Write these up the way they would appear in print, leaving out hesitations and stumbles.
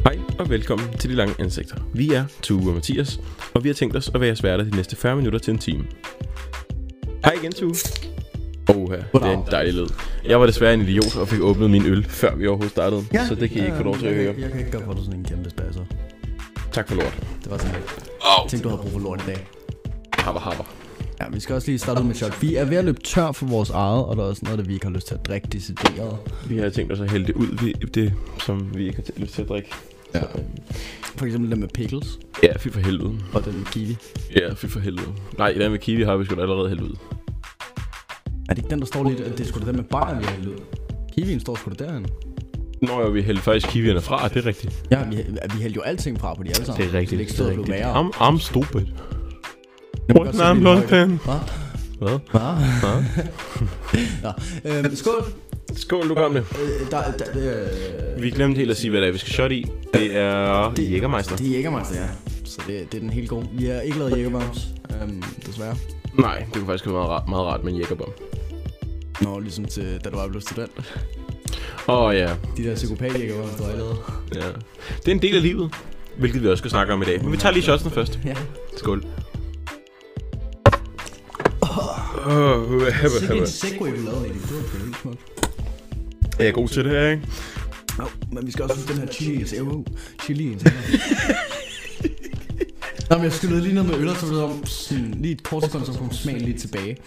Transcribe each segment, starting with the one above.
Hej og velkommen til De Lange Ansigter. Vi er Tue og Mathias, og vi har tænkt os at være jeres værter de næste 40 minutter til en time. Hej igen, Tue. Det er en dejlig lyd. Jeg var desværre en idiot og fik åbnet min øl, før vi overhovedet startede, så det kan I ikke få lov til at høre. Jeg kan ikke gøre for sådan en kæmpe spasser. Tak for lort. Det var sådan lidt. Jeg tænkte, du havde brug for lort i dag. Habber. Ja, vi skal også lige starte ud med shot. Vi er ved at løbe tør for vores eget, og der er også noget, der vi ikke har lyst til at drikke decideret. Vi har tænkt os at hælde det ud, det som vi ikke har lyst til at drikke. Ja. For eksempel den med pickles. Ja, fy for helvede. Og den med kiwi. Ja, fy for helvede. Nej, den med kiwi har vi sgu da allerede hældt ud. Er det ikke den, der står lidt? Det er sgu da den med bajer, vi har hældt ud. Kiwien står sgu da derhen. Nå ja, vi hældte faktisk kiwierne fra, det er rigtigt. Ja, vi hældte jo alting fra på de alle sammen. Det er rigtigt, det er ikke rigtigt. I'm stupid. What's name, Lundpen? Hvad? Skål. Skål, du gamle. Vi glemte helt at sige, hvad det er, vi skal shot i. Det er Jägermeister. Det er Jägermeister, ja. Så det er den helt gode. Vi har ikke lavet Jägerbombs, desværre. Nej, det kunne faktisk være meget rart med en Jägerbomb. Nå, ligesom til, da du var blevet student. Ja. De der psykopat-Jägerbombs, du har lavet. Ja. Det er en del af livet, hvilket vi også skal snakke om i dag. Men vi tager lige shotsene først. Ja. Skål. Sikke en segway, vi lavede, Eddie. Det var helt smukt. Jeg er god til det her, ikke? Jo, men vi skal også huske den her chili. Nå, men jeg skyllede lige ned med øl, og så blev det om sådan, lige et kort sekund, så kom smagen lige tilbage.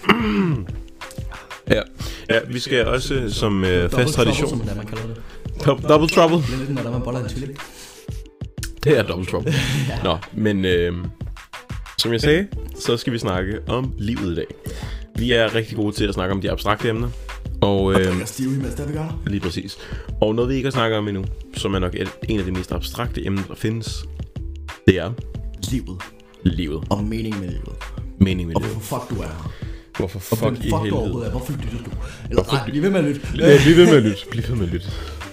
Ja, vi skal også som fast tradition. Som man kalder det. Double trouble. Det er lidt, når man boller en tulip. Det er double trouble. Ja. Nå, men som jeg sagde, så skal vi snakke om livet i dag. Vi er rigtig gode til at snakke om de abstrakte emner. Og stive imens det vi gør. Lige præcis. Og noget vi ikke har snakket om endnu, som er nok en af de mest abstrakte emner der findes, det er livet. Og meningen med livet. Og hvorfor fuck du er her. Hvorfor fuck i helvede. Hvorfor lytter du? Eller nej, bliv ved med at lytte. Bliv ved med at lytte.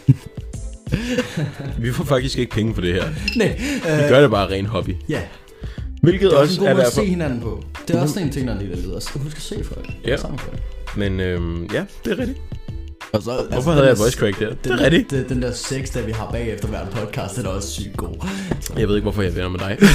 Vi får faktisk ikke penge for det her. Nej. Vi gør det bare ren hobby. Ja. Hvilket det er også en god måde at at se hinanden på. Det er også en ting, der er en del af livet. Husk at se for det. Ja. Sammen for det. Men ja, det er rigtigt. Og så, altså, hvorfor havde jeg voice crack der? Det er rigtigt. Den der sex, der vi har bagefter hver podcast, den er også sygt god. Jeg ved ikke, hvorfor jeg venner med dig.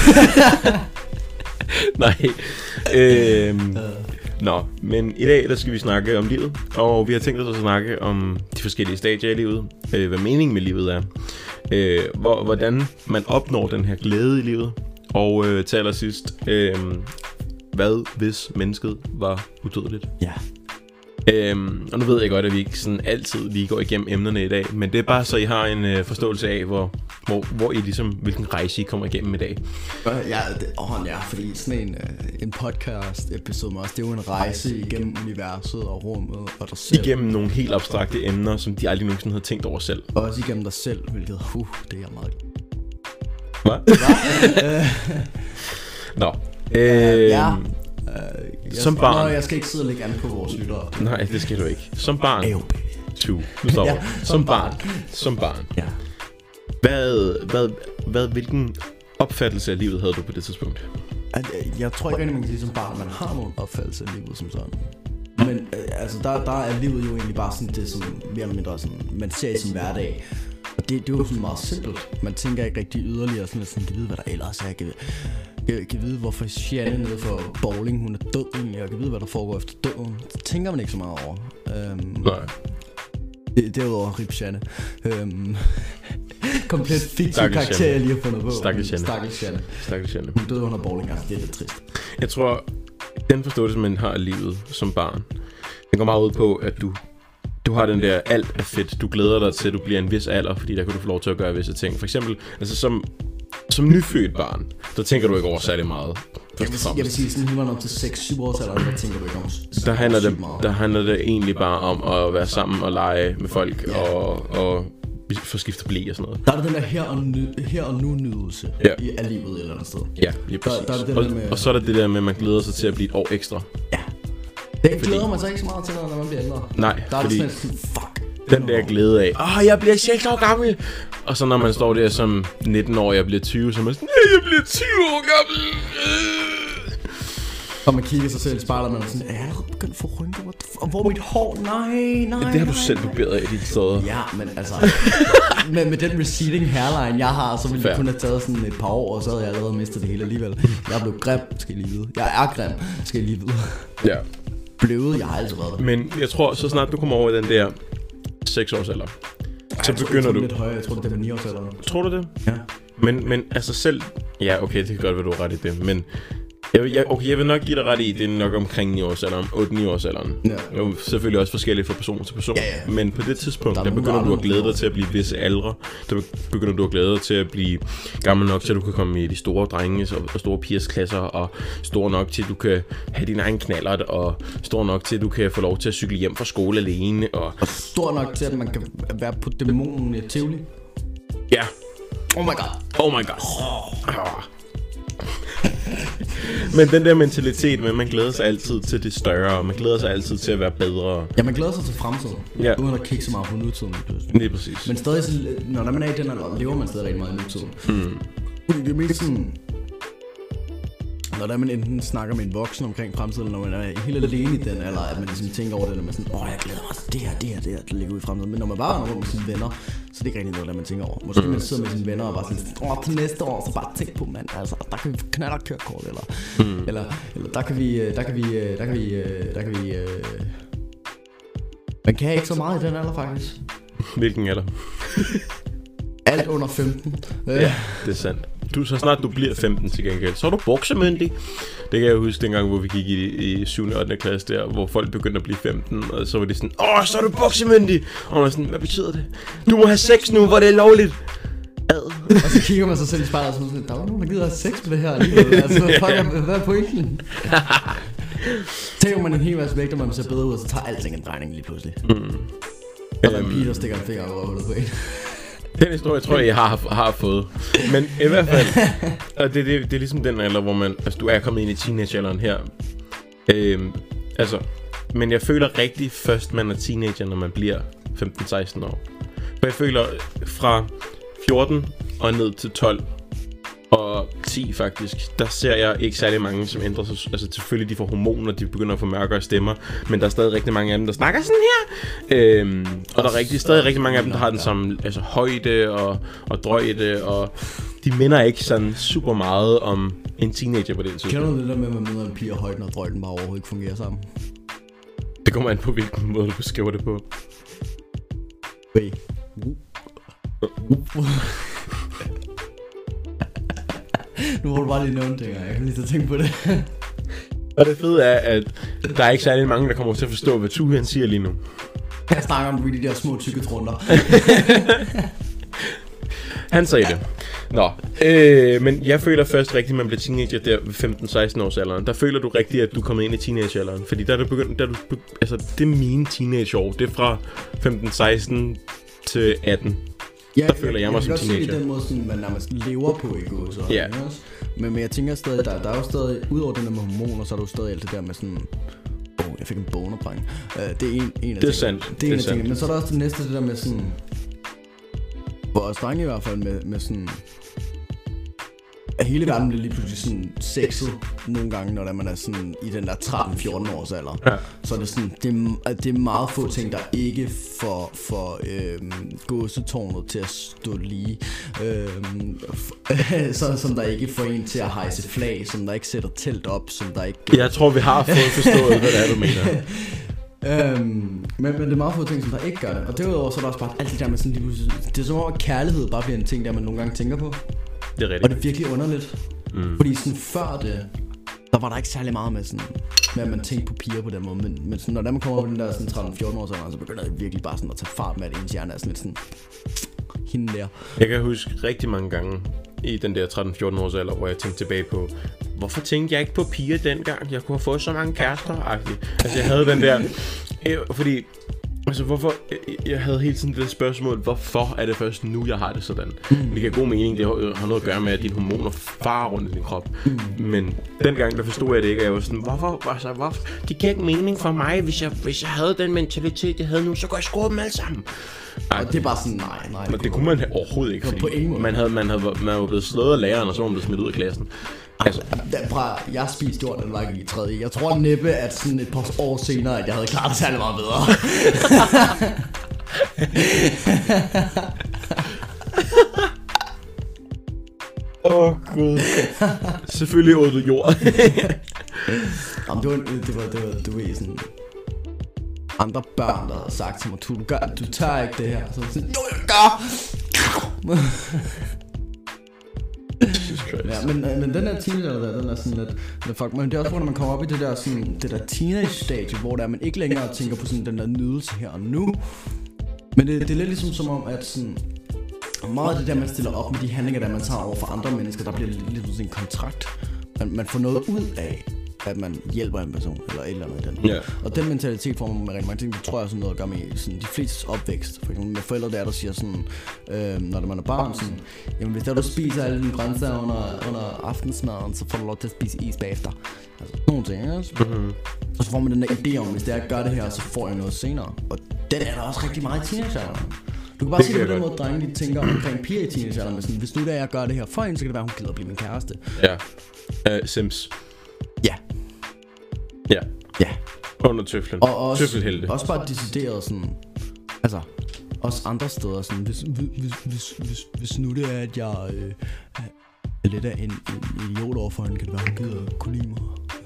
Nej. Nå, men i dag der skal vi snakke om livet. Og vi har tænkt os at snakke om de forskellige stadier i livet. Hvad meningen med livet er. Hvordan man opnår den her glæde i livet. Og til allersidst, hvad hvis mennesket var udødeligt? Ja. Og nu ved jeg godt, at vi ikke sådan altid lige går igennem emnerne i dag, men det er bare så I har en forståelse af, hvor I ligesom, hvilken rejse I kommer igennem i dag. Ja, fordi sådan en podcast episode med os, det er jo en rejse igennem universet og rummet og dig selv. Igennem nogle helt abstrakte emner, som de aldrig nogensinde havde tænkt over selv. Og også igennem dig selv, hvilket, det er meget. Hvad? Nå. Som barn. Jeg skal ikke sidde og lægge an på vores lyttere. Nej, det skal du ikke. Som barn. Nu stopper. Som barn. Ja. Hvilken opfattelse af livet havde du på det tidspunkt? Jeg tror ikke, at man kan sige som barn, man har nogen opfattelse af livet som sådan. Men altså, der er livet jo egentlig bare sådan det, som mere eller mindre sådan, man ser i sin hverdag. Og det er jo sådan meget simpelt. Man tænker ikke rigtig yderligere, sådan at kan vide, hvad der ellers er. Kan vide, hvorfor Shanne nede for bowling, hun er død egentlig, og kan vide, hvad der foregår efter døden. Det tænker man ikke så meget over. Nej. Derudover Rip Shanne. Komplet fiktiv karakter, jeg lige har fundet på. Stakkels Shanne. Hun døde under bowling, altså det er lidt trist. Jeg tror, den forståelse, man har af livet som barn, den går meget ud på, at du har den der, alt er fedt. Du glæder dig til, at du bliver en vis alder, fordi der kan du få lov til at gøre visse ting. For eksempel, altså som nyfødt barn, der tænker du ikke over særlig meget. Jeg vil sige, sådan hiver op til 6-7 års alder, der tænker du ikke om. Der handler det egentlig bare om at være sammen og lege med folk, og få skiftet blæ og sådan noget. Der er det den der her og nu nydelse af livet et eller andet sted. Ja, lige præcis. Der er det med, og så er der det der med, at man glæder sig til at blive et år ekstra. Ja. Det glæder man sig ikke så meget til, når man bliver ældre. Nej, der er det sådan, fuck. Den der glæde af, jeg bliver 6 år gammel. Og så når man står der som 19 år, jeg bliver 20, så er man sådan, jeg bliver 20 år gammel. Og man kigger sig selv i spejlet, og man er sådan, jeg er allerede begyndt at få rynker. hvor mit hår, nej. Det har du selv barberet af dit steder. Ja, men altså, med den receding hairline, jeg har, så ville det kun have taget sådan et par år, og så havde jeg allerede mistet det hele alligevel. Jeg er blevet grim, skal jeg lige vide. Jeg er grim, skal jeg lige vide. Ja. Blevet, jeg har altid været det. Men jeg tror, så snart du kommer over i den der 6 års alder, så begynder du... lidt højere, jeg tror det er 9 års alder. Tror du det? Ja. Men altså selv... Ja, okay, det kan godt være, du har ret i det, men... Jeg vil nok give dig ret i, det er nok omkring 9 års alderen, 8-9 års alderen. Ja. Det er jo selvfølgelig også forskelligt fra person til person. Ja. Men på det tidspunkt, der begynder du at glæde dig til at blive visse aldre. Der begynder du at glæde dig til at blive gammel nok, så du kan komme i de store drenges og store pigers klasser, og stor nok til, at du kan have din egen knallert, og stor nok til, at du kan få lov til at cykle hjem fra skole alene. Og stor nok til, at man kan være på dæmonen i Tivoli. Ja. Oh my god. Men den der mentalitet med, man glæder sig altid til det større, og man glæder sig altid til at være bedre. Ja, man glæder sig til fremtiden, uden at kigge så meget på nutiden. Lige præcis. Men stadig, når man er i den alder, lever man stadig rigtig meget i nutiden. Det er mest sådan, når man enten snakker med en voksen omkring fremtiden, eller når man er helt alene i den alder, at man ligesom tænker over det, og man sådan, jeg glæder mig til det her, der ligger ude i fremtiden. Men når man bare er med sine venner, så er det ikke rigtig noget, der man tænker over. Måske man sidder med sine venner og bare sådan, til næste år, så bare tænk på, mand, altså, der kan vi knalde og kørekort, eller der kan vi, man kan ikke så meget i den alder, faktisk. Hvilken alder? Alt under 15. Ja, det er sandt. Så snart du bliver 15 til gengæld, så er du boksemyndig. Det kan jeg huske dengang, hvor vi gik i 7. og 8. klasse der, hvor folk begyndte at blive 15, og så var de sådan, så er du boksemyndig. Og man var sådan, hvad betyder det? Du må have sex nu, hvor det er lovligt. Og så kigger man sig selv i spejlet og sådan, der er nogen, der gider have sex med det her alligevel. Altså, hvad er pointen? Tænker man en hel masse vægt, og man ser bedre ud, og så tager alting en drejning lige pludselig. Og der er en pige, der stikker en finger over hullet på en. Den historie tror jeg har fået. Men i hvert fald, og det er ligesom den alder, hvor man, altså du er kommet ind i teenagealderen her. Men jeg føler rigtig først, man er teenager, når man bliver 15-16 år. For jeg føler fra 14 og ned til 12 og 10 faktisk, der ser jeg ikke særlig mange, som ændrer sig. Altså selvfølgelig, de får hormoner, de begynder at få mørkere stemmer, men der er stadig rigtig mange af dem, der snakker sådan her. Og der er stadig rigtig mange af dem, der har den samme højde og drøjde, og de minder ikke sådan super meget om en teenager på den tid. Kender du det der med, at man møder en pige, og højden og drøjden bare overhovedet ikke fungerer sammen? Det kommer an på, hvilken måde du beskriver det på. Nu må du bare lige nævne ting, jeg kan lige så tænke på det. Og det fede er, at der er ikke særlig mange, der kommer til at forstå, hvad Tue han siger lige nu. Jeg snakker om de der små tykketrunder. Han sagde det. Nå, men jeg føler først rigtigt, at man bliver teenager der ved 15-16 års alderen. Der føler du rigtigt, at du er kommet ind i teenagealderen. Fordi der er du begyndt, det er mine teenageår. Det er fra 15-16 til 18. Ja, der føler jeg mig som teenager. Jeg kan godt se den måde, sådan, man nærmest lever på, ikke? Så, ja. Men jeg tænker stadig, der er jo stadig, udover det der med hormoner, så er der jo stadig alt det der med sådan, jeg fik en boner, dreng. Det er en af tingene. Det er sandt. Det er en af tingene. Men så er der også det næste, det der med sådan, for os drenge i hvert fald, med sådan, at hele verden bliver lige pludselig sådan sexet nogle gange, når man er sådan i den der 13-14 års alder. Ja. Så er det sådan, det er meget få ting, der ikke får gåsetårnet til at stå lige. Som der ikke får en til at hejse flag, som der ikke sætter telt op, som der ikke... Jeg tror, vi har fået forstået, hvad det er, du mener. Men det er meget få ting, som der ikke gør det. Og derudover så er der også bare alt det der med sådan lige pludselig... Det er som om, at kærlighed bare bliver en ting, der man nogle gange tænker på. Det er rigtigt. Og det er virkelig underligt. Fordi sådan før det, der var der ikke særlig meget med sådan, med at man tænkte på piger på den måde. Men sådan, når man kommer over den der sådan 13-14 år, så begynder det virkelig bare sådan at tage fart med, at ens hjerne er sådan lidt sådan, hende der. Jeg kan huske rigtig mange gange i den der 13-14 års alder, hvor jeg tænkte tilbage på, hvorfor tænkte jeg ikke på piger dengang? Jeg kunne have fået så mange kærester-agtigt. Altså jeg havde den der, fordi... Altså hvorfor, jeg havde hele tiden det spørgsmål, hvorfor er det først nu, jeg har det sådan? Det giver god mening, det har noget at gøre med, at dine hormoner farer rundt i din krop. Men dengang, der forstod jeg det ikke, og jeg var sådan, hvorfor? Det giver ikke mening for mig, hvis jeg havde den mentalitet, jeg havde nu, så går jeg skrue dem alle sammen. Og det er bare sådan, nej. Det kunne man overhovedet ikke, fordi man var blevet slået af læreren, og så var man blevet smidt ud af klassen. Altså, jeg spiste jord, den var ikke i 3. Jeg tror næppe, at sådan et par år senere, at jeg havde klaret det særlig meget bedre. Gud. Selvfølgelig åd du jord. Jamen, det var sådan andre børn, der havde sagt til mig, du tager ikke det her. Så sådan, jo, jeg gør. Ja, men den her teenager der, den er sådan lidt fuck, men det er også, hvor man kommer op i det der, sådan, det der teenage-stadie, hvor der man ikke længere tænker på sådan den der nydelse her og nu. Men det er lidt ligesom som om, at sådan, meget af det der, man stiller op med de handlinger, der man tager over for andre mennesker, der bliver lidt sådan en kontrakt. Man får noget ud af, at man hjælper en person, eller et eller andet i den. Yeah. Og den mentalitet får man med rigtig mange ting, det tror jeg er sådan noget at gøre med sådan de flestes opvækst. For eksempel med forældre der siger sådan, når man er barn, sådan, jamen hvis der du spiser alle dine grøntsager under aftensmaden, så får du lov til at spise is bagefter. Altså nogle ting, ikke? Mm-hmm. Og så får man den der idé om, hvis det er at gøre det her, så får jeg noget senere. Og den er der også rigtig meget i teenagealderen. Du kan bare se det på den måde, drenge de tænker omkring piger i teenagealderen, men sådan, hvis nu der jeg gør det her for hende, så kan det være, hun gider at blive min kæreste. Ja. Sims. Ja. Ja. Ja. Under tøflen. Og Tøffelhelte. også bare decideret sådan, altså også andre steder sådan, hvis nu det er, at jeg er lidt af en idiot overfor hende, kan det være, hun gider at kunne lide mig.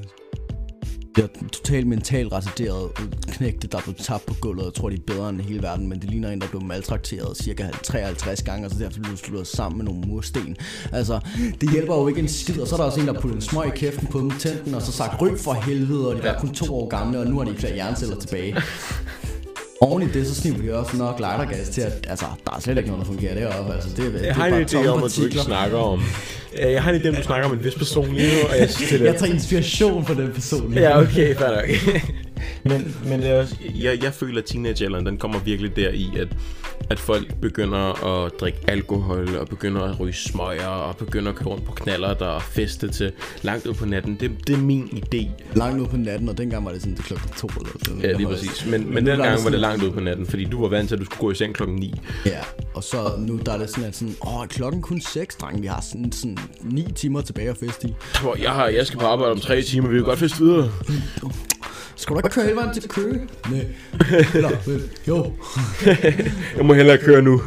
Jeg er totalt mentalt retarderet knægte, der er blevet tabt på gulvet. Jeg tror, de er bedre end hele verden, men det ligner en, der blev maltrakteret cirka 53 gange, og så derfor blev slået sammen med nogle mursten. Altså, det hjælper jo ikke en skid, og så er der også en, der puttede en smøg i kæften på dem, tændte den, og så sagt ryg for helvede, og de var kun 2 år gamle, og nu har de flere hjerneceller tilbage. Oven i det, så sniver de også nok lightergas til, at altså, der er slet ikke noget, der fungerer deroppe. Altså, jeg har en idé om, at du ikke snakker om. Jeg har en idé om, at du snakker om en vis person lige nu, og jeg synes, det er jeg tager inspiration fra den person. Ja, okay, fair nok. Men det er også, jeg føler, at teenagealderen, den kommer virkelig der i, at folk begynder at drikke alkohol, og begynder at ryge smøger, og begynder at køre rundt på knaller, der er feste til langt ud på natten. Det er min idé. Langt ud på natten, og dengang var det sådan til klokken 2 eller sådan. Ja, lige præcis. Men dengang var det langt ud på natten, fordi du var vant til, at du skulle gå i seng klokken 9. Ja, og så nu der er det sådan, at sådan, klokken kun 6, drenge. Vi har sådan 9 timer tilbage at feste i. Jeg skal på arbejde om 3 timer, vi vil godt feste videre. Skal du ikke køre hele vejen til Køge? Nej. Eller, jo. Jeg må hellere køre nu.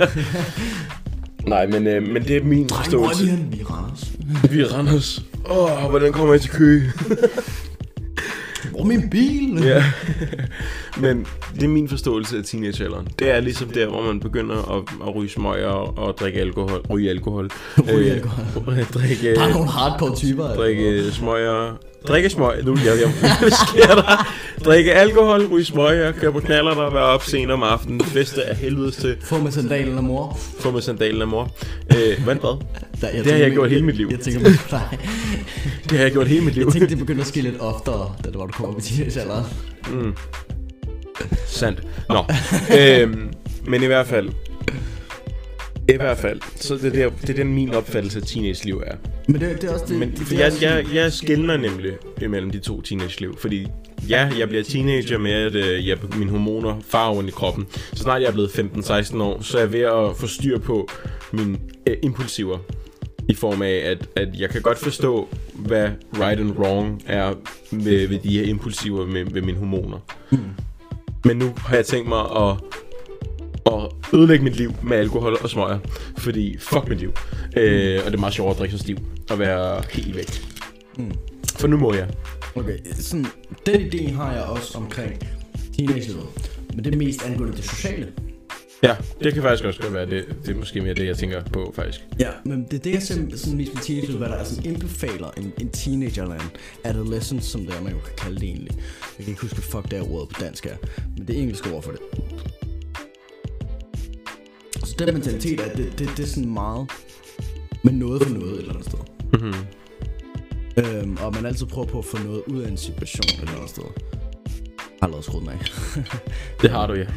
Nej, men det er min forståelse. Dreng, vi er Randers. Vi er Randers. Hvordan kommer jeg til Køge? Hvor er min bil? Ja. Men det er min forståelse af teenagealderen. Det er ligesom der, hvor man begynder at ryge smøger og drikke alkohol. Ryge alkohol. Der er nogle hardcore typer. Drikke smøger. Drikke smøger. Nu hvad sker der? Drikke alkohol, ryge smøger, køre på knaller, der være op senere om aftenen. Feste af helvedes til. Få med sandalen af mor. Hvad? Det har jeg gjort hele mit liv. Jeg tænker på dig. Det har jeg gjort hele mit liv. Jeg tænkte, det begyndte at ske lidt oftere, da det var, du kom op i teenagealderen. Sandt. Nå. Men i hvert fald, så det er den min opfattelse af teenage-liv er. Men det er også det. Men jeg skelner nemlig imellem de to teenage-liv, fordi jeg bliver teenager med, at mine hormoner farer rundt i kroppen. Så snart jeg er blevet 15-16 år, så er jeg ved at få styr på mine impulsiver. I form af, at jeg kan godt forstå, hvad right and wrong er ved de her impulsiver ved mine hormoner. Men nu har jeg tænkt mig at ødelægge mit liv med alkohol og smøger. Fordi fuck mit liv. Og det er meget sjovt at drikke så stiv og være helt væk. For nu må jeg. Okay, sådan, den idé har jeg også omkring teenage-livet. Men det er mest angående det sociale. Ja, det kan faktisk også godt være. Det er måske mere det, jeg tænker på, faktisk. Ja, men det er det, jeg ser sådan mest med teenage, hvad der er sådan indbefaler en teenager eller en adolescence, som det er, man jo kan kalde det egentlig. Jeg kan ikke huske, fuck det er ordet på dansk her, men det er engelske ord for det. Så den mentalitet er, det er sådan meget med noget for noget et eller andet sted. Og man altid prøver på at få noget ud af en situation et eller andet sted. Jeg har allerede skruet den af. Det har du, ja.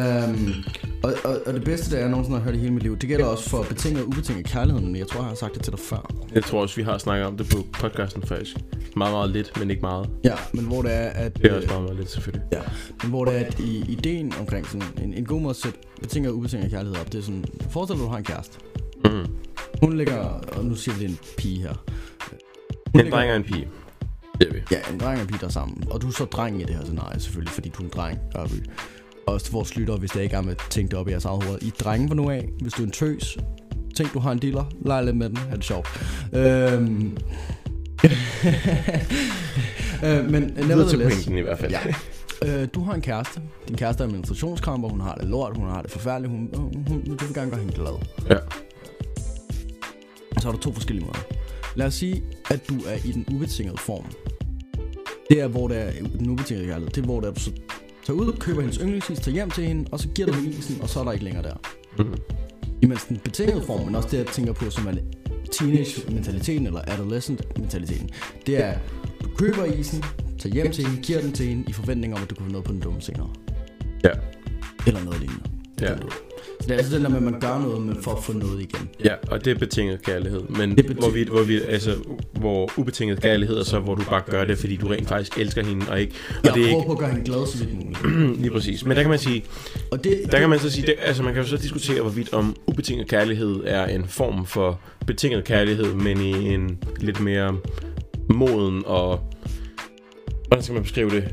Og det bedste, det er, jeg nogensinde har hørt i hele mit liv, det gælder også for betinget og ubetinget kærligheden. Jeg tror, jeg har sagt det til dig før. Jeg tror også, vi har snakket om det på podcasten faktisk. Meget, meget lidt, men ikke meget. Ja, men hvor det er, at... Det er også meget lidt, selvfølgelig. Ja, men hvor det er, at i ideen omkring sådan en god måde at sætte betinget og ubetinget kærlighed op, det er sådan, forestil dig, du har en kæreste. Hun ligger, og nu siger vi, det er en pige her. En dreng og en pige. Det er vi. Ja, en dreng og en pige, der er sammen. Og du er så dreng i det her scenarie, selvfølgelig, fordi du er en dreng. Og også til vores lyttere, hvis det ikke er med at tænke det op i jeres eget hoved. I drenge for nu af, hvis du er en tøs, tænk du har en dealer, leg lidt med den, er det sjovt. Men videre til pointen i hvert fald. Ja. Du har en kæreste. Din kæreste er med menstruationskramper, hun har det lort, hun har det forfærdeligt, du vil gerne gøre hende glad. Ja. Så har du 2 forskellige måder. Lad os sige, at du er i den ubetingede form. Det er, hvor det er den ubetingede kærlighed. Det er, hvor det er, du så tager ud, køber hendes yndlingsis, tager hjem til hende, og så giver du hende isen, og så er der ikke længere der. Mm-hmm. Imens den betingede form, men også det, jeg tænker på, som er teenage-mentaliteten, eller adolescent-mentaliteten, det er, du køber isen, tager hjem til hende, giver den til hende, i forventning om, at du kan få noget på den dumme senere. Ja. Eller noget lignende. Ja. Så det er altså den der med, at man gør noget for at få noget igen. Ja, og det er betinget kærlighed. Men hvor ubetinget kærlighed er så, hvor du bare gør det, fordi du rent faktisk elsker hende, og ikke... Og jeg det prøver ikke... på at gøre hende glad, så vidt muligt. Lige præcis. Men der kan man sige... Og kan man så sige... Altså, man kan jo så diskutere, hvorvidt om ubetinget kærlighed er en form for betinget kærlighed, men i en lidt mere moden og... Hvordan skal man beskrive det?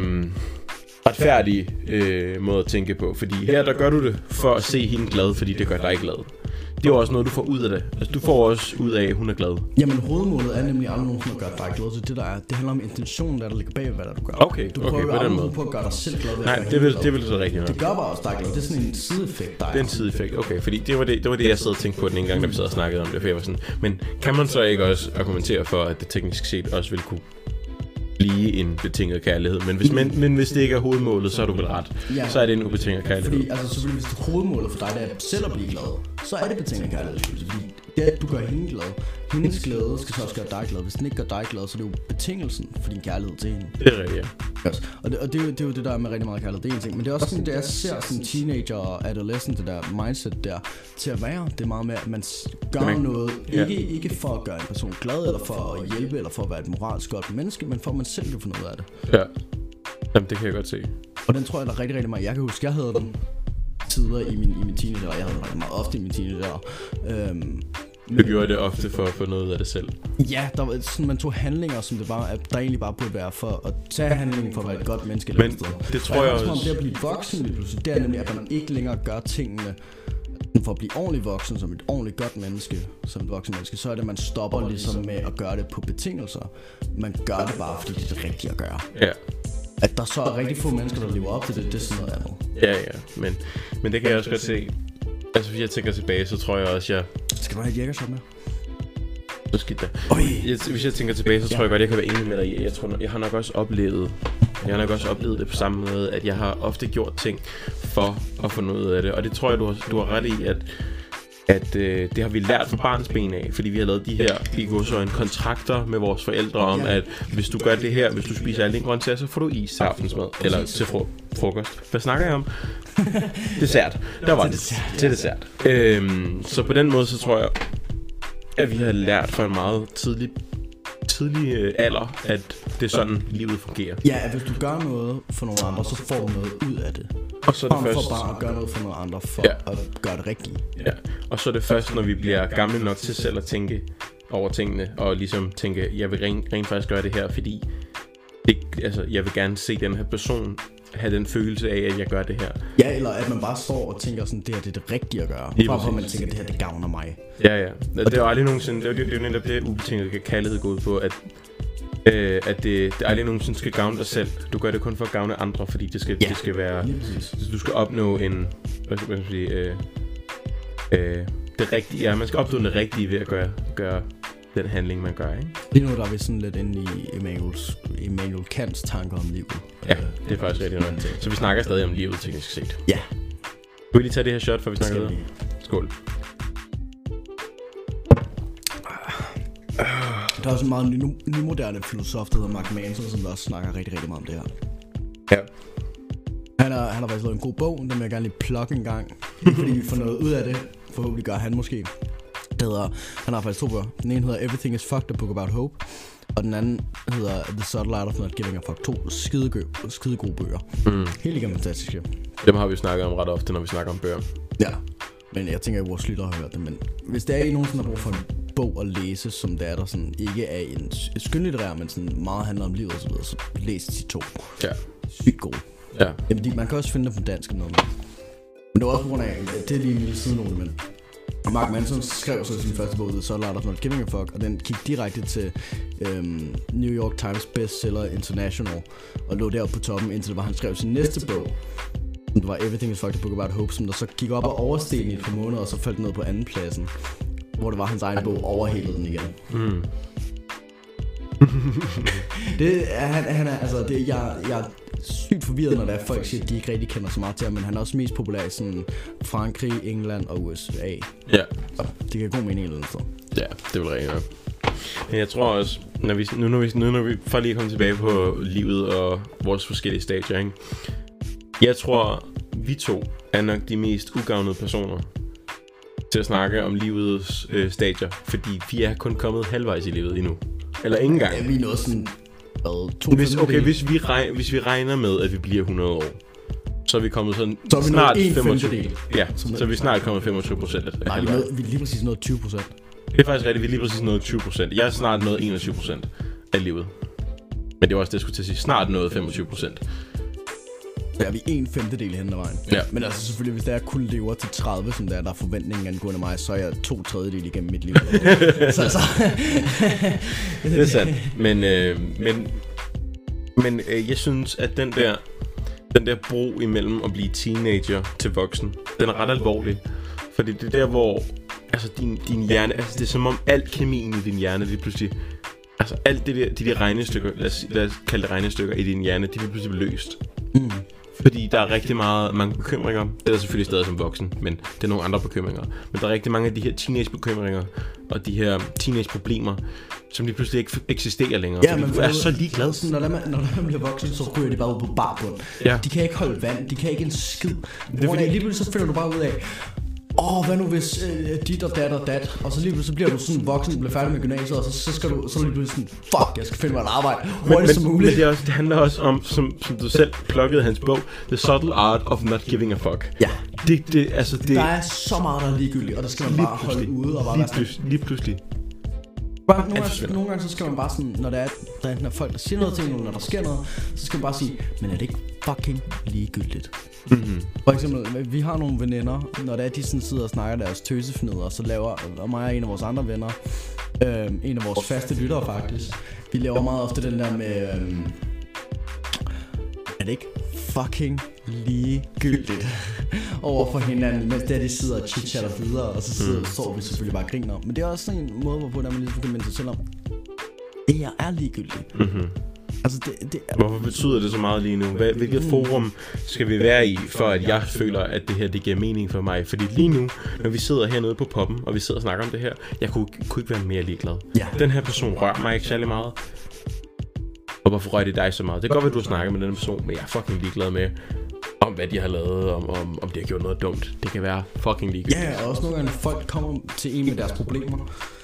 Retfærdig måde at tænke på. Fordi her, der gør du det for at se hende glad, fordi det gør dig glad. Det er jo også noget, du får ud af det. Altså, du får også ud af, at hun er glad. Jamen, hovedmålet er nemlig aldrig nogen, som gør dig glad. Så det handler om intentionen, der ligger bag, hvad der du gør. Okay, du prøver på den måde. På at gøre dig selv glad. Nej, det vil så rigtigt. Det gør bare også dig glad. Det er sådan en sideeffekt, der er. Det er en sideeffekt, okay. Fordi det var det, jeg sad og tænkte på den ene gang, da vi sad og snakkede om det. For jeg var sådan, men kan man så ikke også argumentere for, at det teknisk set også vil kunne blive en betinget kærlighed, men hvis det ikke er hovedmålet, så er du vel ret. Ja. Så er det en ubetinget kærlighed. Fordi altså selvfølgelig, hvis det hovedmålet for dig det er selv at blive glad, så er det betinget kærlighed. Fordi det er, at du gør hende glad. Hendes glæde skal så også gøre dig glad. Hvis den ikke gør dig glad, så er det jo betingelsen for din kærlighed til hende. Det er rigtigt, ja. Yes. Og det er jo det der med rigtig meget kærlighed. Det er en ting. Men det er også sådan, det jeg ser sådan teenager og adolescent, det der mindset der, til at være. Det er meget med, at man gør noget, ikke for at gøre en person glad, eller for at hjælpe, eller for at være et moralsk godt menneske, men for at man selv kan få noget af det. Ja. Jamen, det kan jeg godt se. Og den tror jeg, der er rigtig, rigtig meget. Jeg kan huske, jeg havde den tider i min teenager, og jeg havde den meget ofte i min teenager. Du gjorde det ofte for at få noget af det selv. Ja, der var sådan, man tog handlinger, som det var, at der egentlig bare burde være for at tage handlingen for at være et godt menneske. Men det tror jeg også... Det at blive voksen, det er nemlig, at man ikke længere gør tingene for at blive ordentligt voksen, som et ordentligt godt menneske, som et voksen menneske, så er det, at man stopper ligesom med at gøre det på betingelser. Man gør det bare, fordi det er det rigtige at gøre. Ja. At der så er rigtig få mennesker, der lever op til det, det er sådan noget andet. Ja, men det kan jeg også godt se. Altså, hvis jeg tænker tilbage, så tror jeg også, jeg... Skal du have et jækkershot med? Så skidt da. Hvis jeg tænker tilbage, så tror jeg godt, jeg kan være enig med dig i. Jeg tror, jeg har nok også oplevet det på samme måde, at jeg har ofte gjort ting for at få noget af det. Og det tror jeg, du har ret i, at det har vi lært fra barnsben af, fordi vi har lavet de her kontrakter med vores forældre om, at hvis du gør det her, hvis du spiser alle dine grøntsager, så får du is til aftensmad, eller til frokost. Hvad snakker jeg om? Dessert. Der var det. Til dessert. Så på den måde, så tror jeg, at vi har lært fra en meget tidlig alder, at det er sådan, livet fungerer. Ja, at hvis du gør noget for nogle andre, så får du noget ud af det. Og så er det først... for bare at gøre noget for nogle andre, for at gøre det rigtige. Ja, og så er det først, når vi bliver gamle nok til selv at tænke over tingene, og ligesom tænke, jeg vil rent faktisk gøre det her, fordi jeg vil gerne se den her person have den følelse af, at jeg gør det her. Ja, eller at man bare står og tænker sådan, det her det er det rigtige at gøre. Bare for at man tænker, det her det gavner mig. Ja. Det er jo aldrig nogensinde, det er jo netop det, ubetinget kærlighed går ud på, at det aldrig nogensinde skal gavne dig selv. Du gør det kun for at gavne andre, fordi det skal være, du skal opnå en, hvad skal man sige, det rigtige. Ja, man skal opnå det rigtige ved at gøre den handling, man gør, ikke? Lige nu der er vi sådan lidt inde i Immanuel Kants tanker om livet. Ja, det er faktisk rigtig noget. Så vi snakker stadig om livet, teknisk set. Ja. Skal vi lige tage det her shot, før vi snakker videre? Skål. Der er også en meget nymoderne filosof, der hedder Mark Manson, som også snakker rigtig, rigtig meget om det her. Ja. Han har faktisk lavet en god bog, den vil jeg gerne lige plukke en gang. Fordi vi får noget ud af det. Forhåbentlig gør han måske. Han har faktisk 2 bøger. Den ene hedder Everything is Fucked, a Book About Hope. Og den anden hedder The Subtle Art of Not Giving a Fuck. 2 skide gode bøger. Helt igennem fantastiske. Dem har vi snakket om ret ofte, når vi snakker om bøger. Ja, men jeg tænker, at vores lyttere har hørt det. Men hvis der er I nogensinde har brug for bog at læse, som det er der sådan, ikke er en skønlitterær, men sådan meget handler om livet og så videre, så læs de 2. Ja. Sygt gode. Ja. Jamen, man kan også finde dem på dansk og noget med. Men det var også på grund af, det er lige en lille sidenote, men Mark Manson skrev så sin første bog, så Art of Not Giving a Fuck, og den gik direkte til New York Times bestseller International, og lå deroppe på toppen, indtil det var, han skrev sin næste bog, som det var Everything is Fucked, a Book About Hope, som der så gik op og oversteg i et par måneder, og så faldt ned på anden pladsen, hvor det var hans egen bog, overhælede den igen. Det er, han er, altså, det, jeg er sygt forvirret, når der er folk siger, at de ikke rigtig kender så meget til ham, men han er også mest populær i sådan Frankrig, England og USA. Ja. Så det kan gå mening et eller andet sted. Ja, det vil rigtig nok. Men jeg tror også, når vi får lige komme tilbage på livet og vores forskellige stadier, ikke? Jeg tror, vi 2 er nok de mest ugavnede personer til at snakke om livets stadier, fordi vi er kun kommet halvvejs i livet endnu. Eller ikke engang. Ja, vi er noget sådan... Hvis vi regner med, at vi bliver 100 år, så er vi kommet sådan så er vi snart 25. Ja, så er vi snart kommet 25%. Nej, vi er lige præcis nået 20%. Det er faktisk rigtigt, vi er lige præcis nået 20%. Jeg er snart nået 21% af livet. Men det var også det, jeg skulle til at sige. Snart nået 25%. Så er vi 1/5 hen ad vejen. Ja. Men altså selvfølgelig, hvis der kun lever til 30, som der er forventningen angående mig, så er jeg 2/3 igennem mit liv. så. Det er sandt. Men jeg synes, at den der bro imellem at blive teenager til voksen, den er ret alvorlig. Fordi det er der, hvor altså din hjerne, altså det er som om al kemien i din hjerne, det pludselig, altså alt det der regnestykker, lad os kalde det regnestykker i din hjerne, de bliver pludselig løst. Fordi der er rigtig mange bekymringer. Det er der selvfølgelig stadig som voksen, men det er nogle andre bekymringer. Men der er rigtig mange af de her teenage-bekymringer og de her teenage-problemer, som lige pludselig ikke eksisterer længere. Ja, men du er så ligeglad. Når man bliver voksen, så ryger de bare ud på barbund. Ja. De kan ikke holde vand, de kan ikke en skid. Lige pludselig så finder du bare ud af, hvad nu hvis dit og dat, og så lige pludselig bliver du sådan voksen, du bliver færdig med gymnasiet, og så skal du lige pludselig sådan, fuck, jeg skal finde mig et arbejde hurtigt som muligt. Men det handler også om, som du selv plukkede hans bog, The Subtle Art of Not Giving a Fuck. Ja. Det der er så meget, der er ligegyldigt, og der skal man bare holde ude og bare være sådan. Lige pludselig. Nogle gange så skal man bare sådan, når der er folk, der siger noget til en, når der sker noget, så skal man bare sige, men er det ikke fucking ligegyldigt? For eksempel, vi har nogle veninder, når de sådan sidder og snakker deres tøsefnidder, så laver mig og en af vores andre venner, en af vores faste lyttere faktisk, vi laver meget ofte den der med, er det ikke fucking ligegyldigt over for hinanden, mens de sidder og chit-chatter videre, og så står vi selvfølgelig bare og griner. Men det er også sådan en måde, hvorpå der man ligesom kan minde sig selv om, det her er ligegyldigt. Altså Hvorfor betyder det så meget lige nu? Hvilket forum skal vi være i, for at jeg føler, at det her det giver mening for mig? Fordi lige nu, når vi sidder hernede på poppen, og vi sidder og snakker om det her, jeg kunne ikke være mere ligeglad. Ja. Den her person rører mig ikke særlig meget. Og hvorfor rører det dig så meget? Det kan godt være, du har snakket med den person, men jeg er fucking ligeglad med, om hvad de har lavet, om de har gjort noget dumt. Det kan være fucking ligegyldigt. Ja, og også nogle gange, folk kommer til en med deres problemer.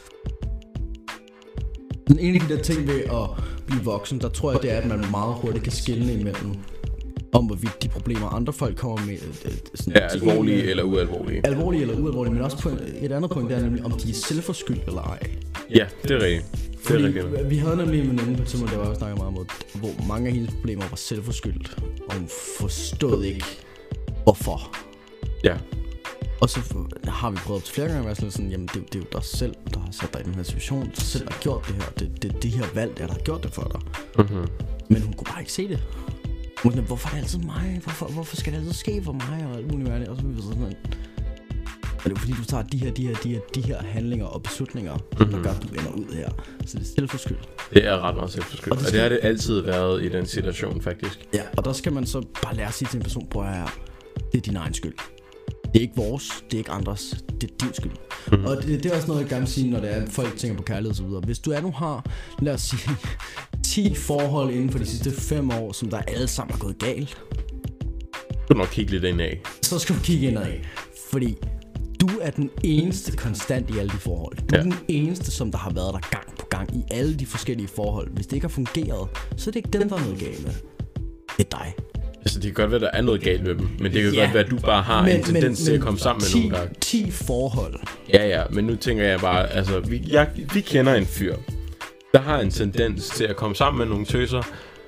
Den ene af de der ting ved at blive voksen, der tror jeg, det er, at man meget hurtigt kan skelne imellem, om hvorvidt de problemer, andre folk kommer med, sådan alvorlige eller ualvorlige. Alvorlige eller ualvorlige, men også på et andet punkt, der er nemlig, om de er selvforskyldt eller ej. Ja, det er rigtigt. Fordi vi havde nemlig en veninde på tidspunkt, der var også snakket meget om, hvor mange af hendes problemer var selvforskyldt, og hun forstod ikke, hvorfor. Ja. Og så har vi prøvet flere gange at være sådan, jamen det er jo dig selv, der har sat dig i den her situation, du selv har gjort det her, det her valg, der har gjort det for dig. Men hun kunne bare ikke se det. Hun sagde, hvorfor er det altid mig? Hvorfor skal det altid ske for mig? Og alt muligt værdigt. Og så vi sådan, men det er jo fordi, du tager de her handlinger og beslutninger, der gør, at du ender ud her. Så det er selvforskyldt. Det er ret meget selvforskyldt. Og det har det altid været i den situation, faktisk. Ja, og der skal man så bare lære at sige til en person, prøv at høre, det er din egen skyld. Det er ikke vores, det er ikke andres, det er din skyld. Og det er også noget, jeg gerne vil sige, når det er, folk tænker på kærlighed og så videre. Hvis du nu har, lad os sige, 10 forhold inden for de sidste 5 år, som der alle sammen er gået galt, så skal du nok kigge lidt indad. Så skal du kigge indad. Fordi du er den eneste konstant i alle de forhold. Du er den eneste, som der har været der gang på gang i alle de forskellige forhold. Hvis det ikke har fungeret, så er det ikke dem, der er noget galt med. Det er dig. Altså det kan godt være, der er noget galt med dem, men det kan godt være, at du bare har en tendens til at komme sammen med nogle, der... 10 forhold. Ja, men nu tænker jeg bare, altså, vi kender en fyr, der har en tendens til at komme sammen med nogle tøser,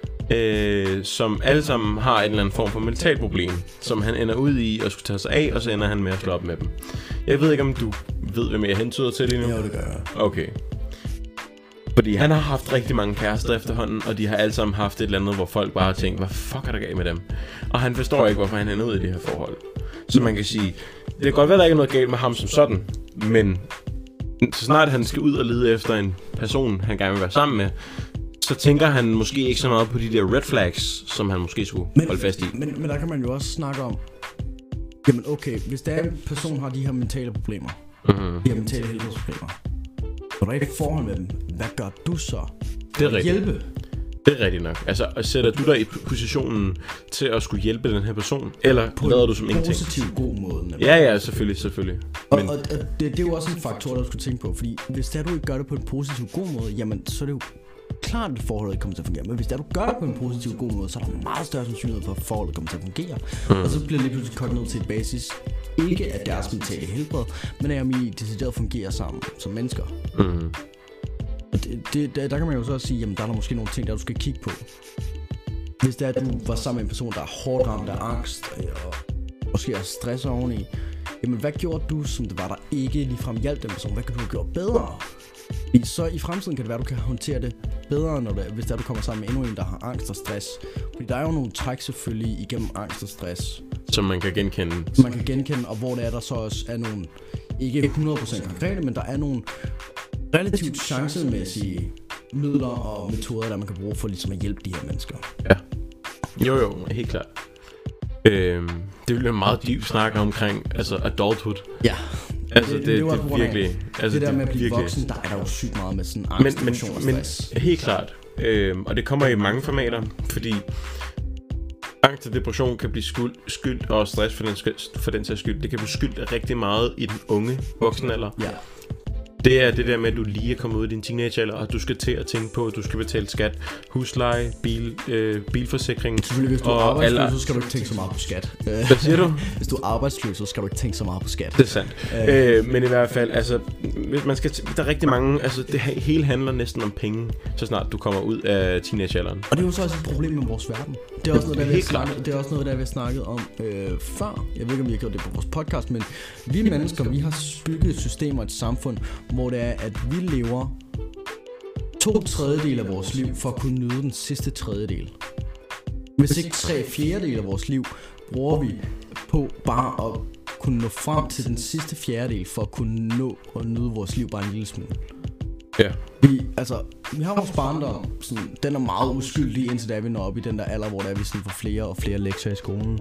som alle sammen har en eller anden form for mentalt problem, som han ender ud i at skulle tage sig af, og så ender han med at slå op med dem. Jeg ved ikke, om du ved, hvem jeg hentyder til lige nu? Jo, det gør jeg. Okay. Fordi han har haft rigtig mange kærester efterhånden, og de har alle sammen haft et eller andet, hvor folk bare har tænkt, hvad fuck er der galt med dem? Og han forstår ikke, hvorfor han ender ud i det her forhold. Så man kan sige, det kan godt være, der ikke er noget galt med ham som sådan, men så snart han skal ud og lede efter en person, han gerne vil være sammen med, så tænker han måske ikke så meget på de der red flags, som han måske skulle holde fast i. Men der kan man jo også snakke om, jamen okay, hvis der en person har de her mentale problemer, de her mentale helbredsproblemer, og der er ikke forhold med dem, hvad gør du så? Det er rigtigt. Hjælpe? Det er rigtigt nok. Altså, sætter du dig i positionen til at skulle hjælpe den her person, eller lader du som ingenting? På en positiv, god måde. Ja, selvfølgelig. Men... Og det er jo også en faktor, du skal tænke på, fordi hvis der du ikke gør det på en positiv, god måde, jamen så er det jo klart, at forholdet ikke kommer til at fungere. Men hvis der du gør det på en positiv, god måde, så er der meget større sandsynlighed for, at forholdet kommer til at fungere. Og så bliver det lige pludselig kogt ned til et basis, ikke af deres mentale helbred, men af om I decideret fungerer sammen som mennesker. Og der kan man jo så også sige, jamen der er der måske nogle ting, der du skal kigge på. Hvis det er, at du var sammen med en person, der er hårdt ramt af angst, og måske er stress oveni, jamen hvad gjorde du, som det var, der ikke ligefrem hjalp den person? Hvad kan du have gjort bedre? Så i fremtiden kan det være, at du kan håndtere det bedre, hvis der du kommer sammen med endnu en, der har angst og stress. Fordi der er jo nogle træk selvfølgelig igennem angst og stress, som man kan genkende. Og hvor det er, der så også er nogle, ikke 100% konkrete, men der er nogle relativt chancemæssige midler og metoder, der man kan bruge for ligesom at hjælpe de her mennesker. Ja. Jo, helt klart. Det bliver en meget dyb snak omkring altså adulthood. Ja. Altså det er virkelig. Altså det der med at blive voksen, der er der jo sygt meget med sådan angst, depression og stress. Men helt klart. Og det kommer i mange formater, fordi angst og depression kan blive skyld og stress for den sags skyld. Det kan blive skyld rigtig meget i den unge voksenalder. Ja. Det er det der med, at du lige er kommet ud i din teenagealder, og du skal til at tænke på, at du skal betale skat, husleje, bilforsikring. Selvfølgelig, hvis du er arbejdsløs, så skal du ikke tænke så meget på skat. Hvad siger du? Hvis du er arbejdsløs, så skal du ikke tænke så meget på skat. Det er sandt. Men i hvert fald, altså, der er rigtig mange, altså det hele handler næsten om penge, så snart du kommer ud af teenagealderen. Og det er jo så også et problem med vores verden. Det er også noget, der vi har snakket om før. Jeg ved ikke, om vi har gjort det på vores podcast, men vi mennesker, vi har bygget et system og et samfund, hvor det er, at vi lever 2/3 af vores liv for at kunne nyde den sidste tredjedel. Hvis ikke 3/4 af vores liv bruger vi på bare at kunne nå frem til den sidste fjerdedel for at kunne nå og nyde vores liv bare en lille smule. Ja. Vi har vores barndom, sådan, den er meget uskyldig, indtil da vi når op i den der alder, hvor der vi sådan får flere og flere lektier i skolen.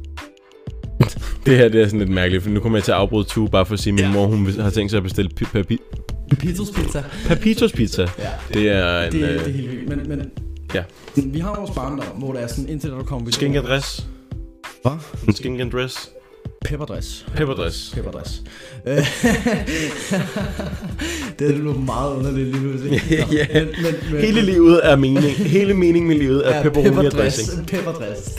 Det her, det er sådan lidt mærkeligt, for nu kommer jeg til at afbryde Tue, bare for at sige, at min mor, hun har tænkt sig at bestille Papitos pizza. Papitos pizza. Ja. Det er en... Det er helt vildt, men ja. Vi har vores barndom, hvor der er sådan, indtil der kommer... Skinkadress. Hvad? En skinkadress. Pepperdress. Det er jo meget underligt lige nu. Ja. Men hele livet er mening. Hele meningen med livet er pepperoni-dressing. Pepperdress.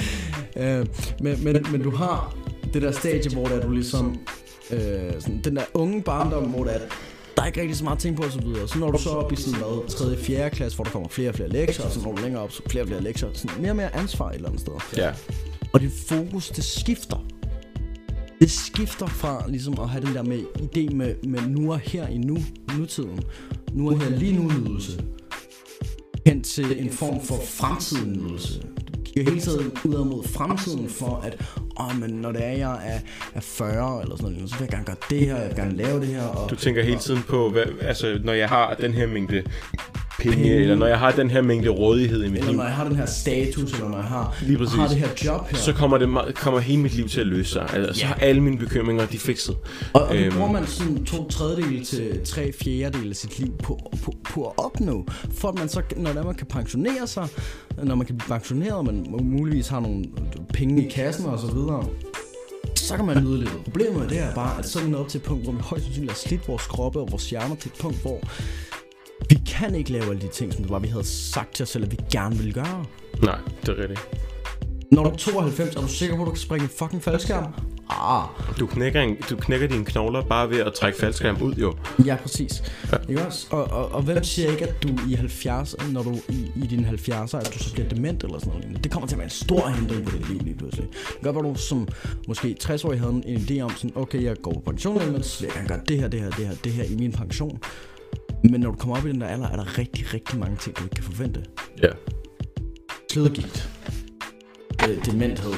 Men du har det der stadie, hvor der er du ligesom sådan, den der unge barndom, hvor der er ikke rigtig så meget ting på og så videre. Så når du så op i sådan noget 3. 4. klasse, hvor der kommer flere og flere lektier, og så når du længere op, så flere og flere lektier, sådan mere og mere ansvar et eller andet sted. Ja. Og dit fokus, det skifter. Det skifter fra ligesom at have den der med idé med nu og her i nutiden, nu og her lige nu nydelse, hen til en form for fremtiden nydelse. Du kigger hele tiden ud mod fremtiden for at, men når det er jeg er 40 eller sådan noget, så vil jeg gerne gøre det her, jeg vil gerne lave det her. Og, du tænker hele tiden på, når jeg har den her mængde penge, eller når jeg har den her mængde rådighed i mit liv. Eller når jeg har den her status, eller når jeg har det her job her. Så kommer hele mit liv til at løse sig. Altså, så har alle mine bekymringer, de fikset. Og det bruger man sådan 2/3 til 3/4 af sit liv på at opnå. For at man så, når man kan pensionere sig, når man kan blive pensioneret, og man muligvis har nogle penge i kassen og så videre, så kan man nyde lidt. Problemet det er bare, at så er vi nået op til et punkt, hvor vi højst sandsynligt har slidt vores kroppe og vores hjerner til et punkt, hvor vi kan ikke lave alle de ting, som det var, vi havde sagt til os selv, at vi gerne ville gøre. Nej, det er rigtigt. Når du er 92, er du sikker på, at du kan springe en fucking faldskærm? Du knækker dine knogler bare ved at trække faldskærm ud, jo. Ja, præcis. Ja. Ikke også? Og hvem siger ikke, at du i 70'erne, når du i dine 70'er, at du så bliver dement eller sådan noget? Det kommer til at være en stor hindring på dit liv lige pludselig. Det gør, at du som måske 60-årig havde en idé om sådan, okay, jeg går på pension, men jeg kan gøre det her i min pension. Men når du kommer op i den der alder, er der rigtig, rigtig mange ting, du ikke kan forvente. Ja. Slidgigt. Dementhed.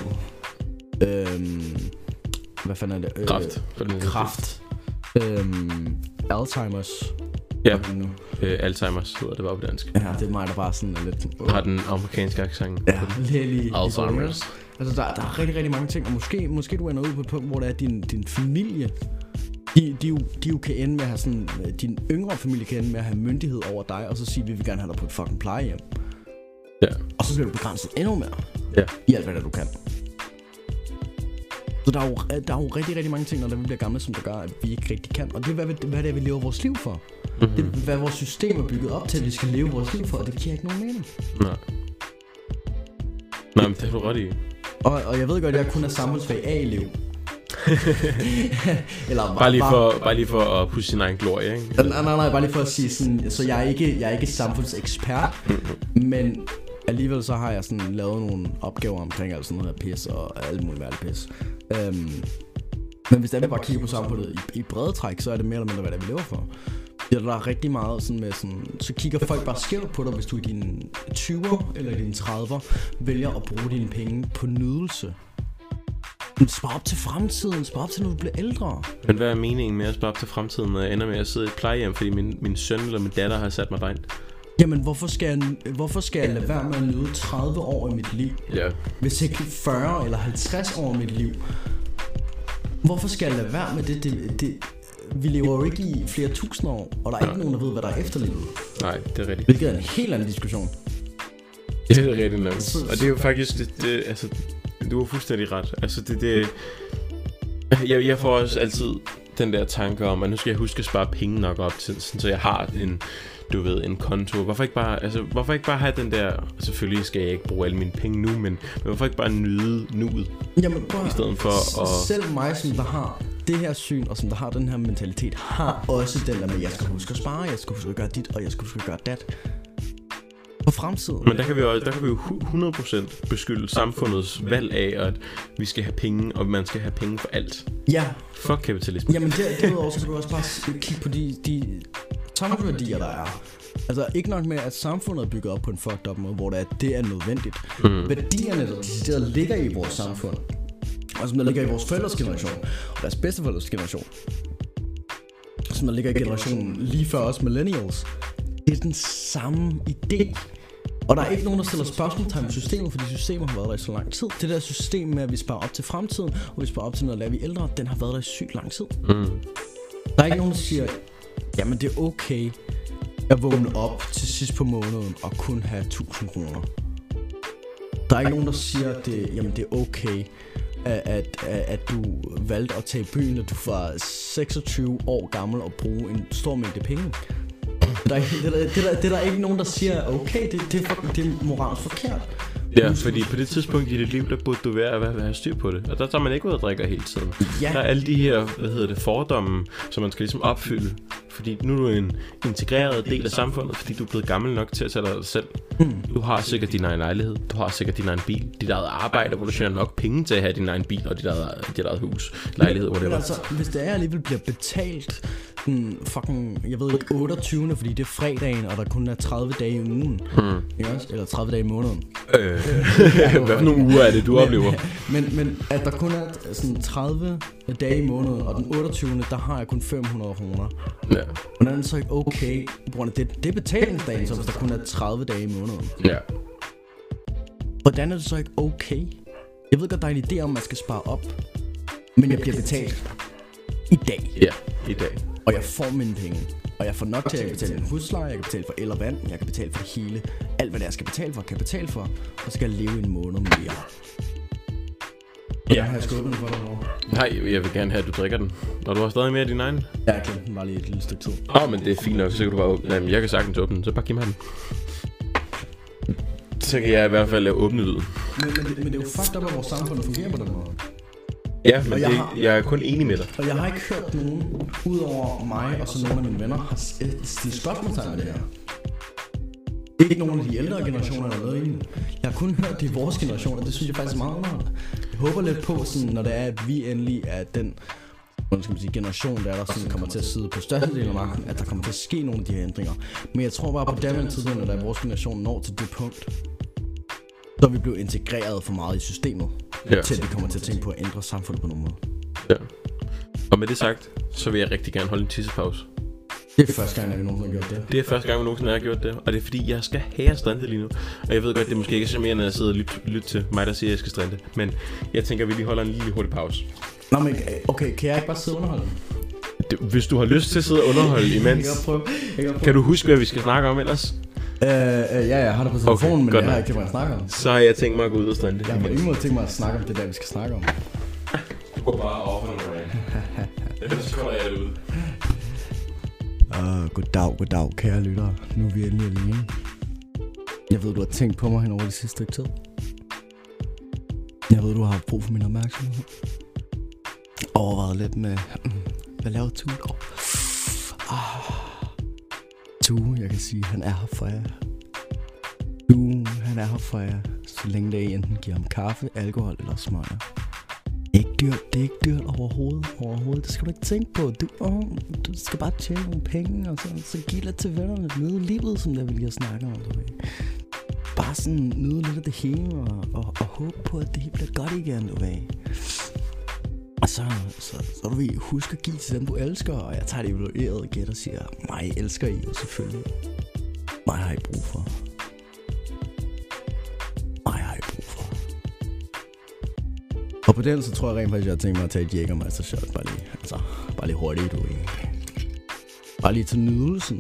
Hvad fanden er det? Kræft. Alzheimer's. Ja, Alzheimer's hedder det bare på dansk. Ja, det er mig, der bare sådan er lidt... Har den amerikanske accent. Ja, lidt Alzheimer's. Altså, der er rigtig, rigtig mange ting, og måske du ender ud på et punkt, hvor det er din familie, de jo kan ende med at have sådan... Din yngre familie kan ende med at have myndighed over dig, og så sige, vi vil gerne have dig på et fucking plejehjem. Ja. Og så bliver du begrænset endnu mere. Ja. I alt, hvad du kan. Så der er jo rigtig, rigtig mange ting, når vi bliver gamle, som der gør, at vi ikke rigtig kan. Og det er, hvad det er, vi lever vores liv for. Det er, hvad vores system er bygget op til, at vi skal leve vores liv for, og det giver ikke nogen mening. Nej, men det er du ret i. Og jeg ved godt, at jeg kun er samfundsfag A-elev. Eller bare lige for at pusse sin egen glorie, ikke? Nej, bare lige for at sige sådan, så jeg er ikke samfundsekspert, men alligevel så har jeg sådan lavet nogle opgaver omkring alt sådan noget her pis og alt muligt værdigt pis. Men hvis vi bare kigger på samfundet i brede træk, så er det mere eller mindre, hvad det vi lever for. Ja, der er rigtig meget sådan med sådan, så kigger folk bare skævt på dig, hvis du i dine 20'er eller i dine 30'er vælger at bruge dine penge på nydelse. Spar op til fremtiden, spar op til når du bliver ældre. Men hvad er meningen med at spare op til fremtiden, når jeg ender med at sidde i et plejehjem, fordi min søn eller min datter har sat mig derind? Jamen hvorfor skal jeg lade være med at nyde 30 år i mit liv? Ja. Hvis ikke 40 eller 50 år i mit liv. Hvorfor skal jeg lade være med det? Vi lever jo ikke i flere tusind år, og der er ikke nogen, der ved, hvad der er efterlivet. Nej, det er rigtigt. Hvilket er en helt anden diskussion. Ja, det er rigtigt nok. Og det er jo faktisk, altså, du har fuldstændig ret. Altså, jeg får også altid den der tanke om, at nu skal jeg huske at spare penge nok op til, sådan, så jeg har en konto. Hvorfor ikke bare have den der, selvfølgelig skal jeg ikke bruge alle mine penge nu, men hvorfor ikke bare nyde nuet? Jamen, i stedet for at... Selv mig, som der har det her syn, og som der har den her mentalitet, har også den der med, jeg skal huske at spare, jeg skal huske at gøre dit, og jeg skal huske at gøre dat. På fremtiden. Men der kan vi jo 100% beskylde samfundets valg af, at vi skal have penge, og man skal have penge for alt. Ja. Fuck kapitalisme. Jamen derudover så kan du også bare kigge på de samfundsværdier, der er. Altså ikke nok med, at samfundet er bygget op på en fucked up måde, hvor det er nødvendigt. Værdierne, der decideret ligger i vores samfund, og som der ligger i vores forældres generation, og deres bedsteforældres generation, som der ligger i generationen lige før os millennials, det er den samme idé. Og der er ikke nogen, der stiller spørgsmålstegn med systemet, fordi systemet har været der i så lang tid. Det der system med, at vi sparer op til fremtiden, og vi sparer op til noget, at vi er ældre, den har været der i sygt lang tid. Der er ikke nogen, der siger, jamen det er okay at vågne op til sidst på måneden og kun have 1000 kroner. Der er ikke nogen, der siger, at det er okay, at du valgte at tage i byen, at du var 26 år gammel og bruge en stor mængde penge. Det er der ikke nogen, der siger, okay, det er moralsk forkert. Ja, fordi på det tidspunkt i dit liv, der burde du være styr på det. Og der tager man ikke ud og drikker hele tiden. Ja. Der er alle de her, fordomme, som man skal ligesom opfylde. Fordi nu er du en integreret del af samfundet, fordi du er blevet gammel nok til at tage dig selv. Du har sikkert din egen lejlighed, du har sikkert din egen bil, dit eget arbejde, hvor du tjener nok penge til at have din egen bil og dit eget hus, lejlighed, hvor det var. Altså, hvis det alligevel bliver betalt den fucking, jeg ved ikke, 28. fordi det er fredagen, og der kun er 30 dage i ugen. Eller 30 dage i måneden. Hvad for nogle uger er det, du oplever? Men at der kun er sådan 30 dage i måneden, og den 28. der har jeg kun 500 kroner. Ja. Hvordan er det så ikke okay? Det er betalingsdagen, så hvis der kun er 30 dage i måneden. Ja. Hvordan er det så ikke okay? Jeg ved godt, der er en idé om, at man skal spare op, men jeg bliver betalt i dag. Ja, i dag. Og jeg får mine penge. Og jeg får nok til, at jeg kan betale en husleje, jeg kan betale for el og vand, jeg kan betale for det hele. Alt hvad det er, jeg skal betale for, kan jeg betale for. Og så skal jeg leve en måned mere. Ja. Har jeg skubbet den for dig over? Nej, jeg vil gerne have, at du drikker den. Og du har stadig mere af din egen? Ja, jeg glemte den bare lige et lille stykke tid. Men det er fint nok, så kan du bare åbne. Jamen, jeg kan sagtens åbne den, så bare giv mig den. så kan jeg i hvert fald lave åbne lyd. Men det er jo fucked up, at vores samfund fungerer på den måde. Ja, men jeg er kun enig med dig. Og jeg har ikke hørt nogen, udover mig og så nogle af mine venner, har stillet spørgsmålstegn med det her. Ikke nogen af de ældre generationer eller noget egentlig. Jeg har kun hørt det i vores generation, og det synes jeg faktisk er meget underholdende. Jeg håber lidt på, sådan, når det er, at vi endelig er den generation, der sådan, kommer til at sidde på størstedelen af magten, at der kommer til at ske nogle af de her ændringer. Men jeg tror bare på den tidspunkt, når der er vores generation når til det punkt, så er vi blevet integreret for meget i systemet, til at vi kommer til at tænke på at ændre samfundet på nogen måde. Ja. Og med det sagt, så vil jeg rigtig gerne holde en tissepause. Det er første gang, at vi nogensinde har gjort det. Det er første gang, vi nogensinde har gjort det. Og det er fordi, jeg skal have strande lige nu. Og jeg ved godt, det er måske ikke så mere, når jeg sidder og lytter til mig, der siger, at jeg skal strande. Men jeg tænker, at vi lige holder en lille hurtig pause. Nå, men okay, kan jeg ikke bare sidde og underholde? Hvis du har lyst til at sidde og underholde imens, kan du huske, hvad vi skal snakke om ellers? Ja, jeg har det på telefonen, okay, men jeg har ikke tænkt mig at snakke om. Så har jeg tænkt mig at gå ud og strande. Jeg har på ingen måde tænkt mig at snakke om det der, vi skal snakke om. Du går bare over for noget. Ellers kommer jeg det ud. Goddag, kære lyttere. Nu er vi endelig alene. Jeg ved, du har tænkt på mig hen over det sidste stykke tid. Jeg ved, du har brug for min opmærksomhed. Overvejet lidt med, hvad laver Tue dog? Tue, jeg kan sige, han er her for jer. Tue, han er her for jer, så længe det enten giver ham kaffe, alkohol eller smøger. Det er ikke dyrt overhovedet. Det skal du ikke tænke på. Du skal bare tjene nogle penge, og så give lidt til vennerne. Nyde livet, som jeg vil lige snakke om. Du ved. Bare sådan nyde lidt af det hele, og håbe på, at det hele bliver godt igen, du ved. Og så du ved, husk at give til dem, du elsker. Og jeg tager det evalueret gæt og siger, mig elsker I jo selvfølgelig. Mig har I brug for. Og på den, så tror jeg rent faktisk, at jeg har tænkt mig at tage et Jägermeister shot. Bare lige hurtigt, du ved. Bare lige til nydelsen.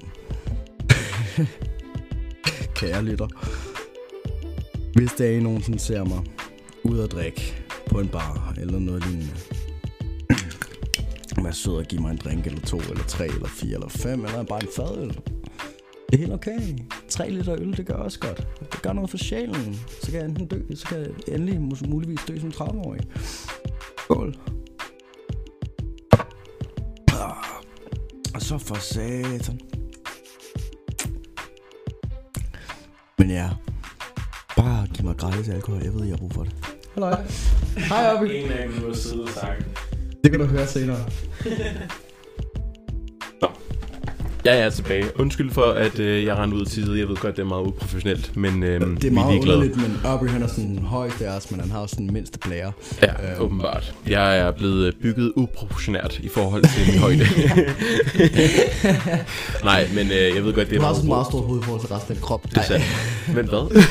Kære lytter. Hvis der er nogen, som ser mig ud at drikke på en bar eller noget lignende, vær sød og give mig en drink eller 2 eller 3 eller 4 eller 5 eller bare en fadøl. Det er helt okay. 3 liter øl, det gør også godt. Det gør noget for sjælen. Så kan jeg enten dø, så kan jeg endelig muligvis dø som 30-årig. Skål. Og så for satan. Men ja, bare giv mig gratis alkohol. Jeg ved, jeg har brug for det. Halløj. Hej, Obi. En af dem, du har siddet og sagt. Det kan du høre senere. Jeg er tilbage. Undskyld for, at jeg rendte ud til side. Jeg ved godt, det er meget uprofessionelt, men det er meget underligt, men Aubrey han er sådan højst af os, men han har også den mindste blære. Ja, åbenbart. Jeg er blevet bygget uproportionært i forhold til min højde. Nej, men jeg ved godt, det er meget... Du har også en meget stor hoved i forhold til resten af krop. Det er sandt. Men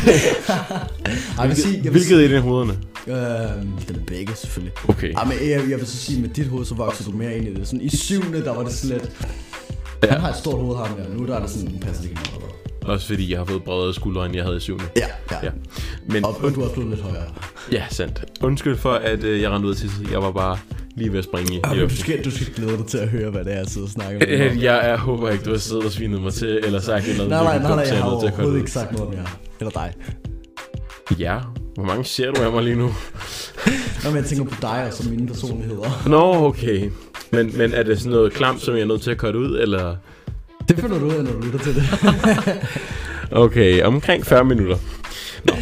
hvad? Hvilket er det af hovederne? Det er begge, selvfølgelig. Okay. Men jeg vil så sige, med dit hoved, så vokser du mere ind i det. Sådan i 7. der var det slet... Ja. Han har et stort hoved, ham der. Nu der er det sådan, passer det ikke meget. Også fordi jeg har fået bredere skuldre, end jeg havde i 7. Ja. Men, og du har også blevet lidt højere. Ja, sandt. Undskyld for, at jeg rendte ud til sidst. Jeg var bare lige ved at springe i. Du skal glæde dig til at høre, hvad det er, jeg sidder og snakker om. Jeg håber ikke, du har siddet og svinet mig til, eller sagt noget. Nej, jeg har overhovedet ikke sagt noget mere. Eller dig. Ja, hvor mange ser du af mig lige nu? Nå, men jeg tænker på dig og så mine personligheder. Nå, okay. Men er det sådan noget klamt, som jeg er nødt til at cutte ud, eller? Det finder du ud af, når du lytter til det. Okay, omkring 40 minutter. Nå.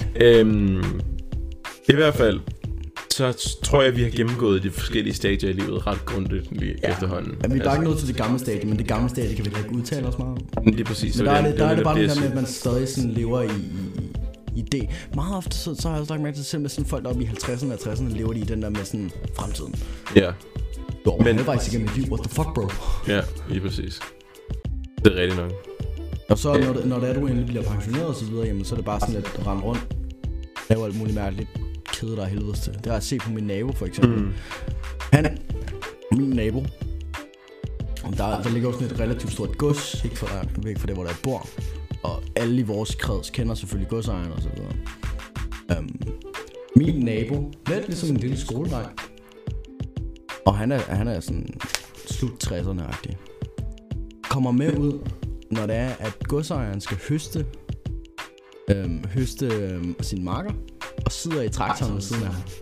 I hvert fald, så tror jeg, vi har gennemgået de forskellige stadier i livet ret grundigt lige efterhånden. Ja, vi er bare ikke nået til det gamle stadie, men det gamle stadie kan vi ikke udtale os meget om. Det er præcis. Men der er det bare det der med, at man stadig sådan lever i det. Meget ofte så har jeg også lagt mærke til med sådan folk oppe i 50'erne og 60'erne lever de i den der med sådan fremtiden. Ja. Men det var ikke igennem mit liv. What the fuck, bro? Ja, lige præcis. Det er rigtigt nok. Og så når det er, du endelig bliver pensioneret og så videre, jamen, så er det bare sådan at rende rundt, lave alt muligt mærkeligt, kede dig helvedes til. Det har jeg set på min nabo for eksempel. Han er min nabo. Der ligger også sådan et relativt stort gods, ikke væk fra det, hvor der bor. Og alle i vores kreds kender selvfølgelig godsejeren og så videre. Min nabo, lidt ligesom en lille skoledreng. Og han er sådan slut 60'erne-agtig. Kommer med ud, når det er, at godsejeren skal høste høste sin marker, og sidder i traktoren ved siden af ham.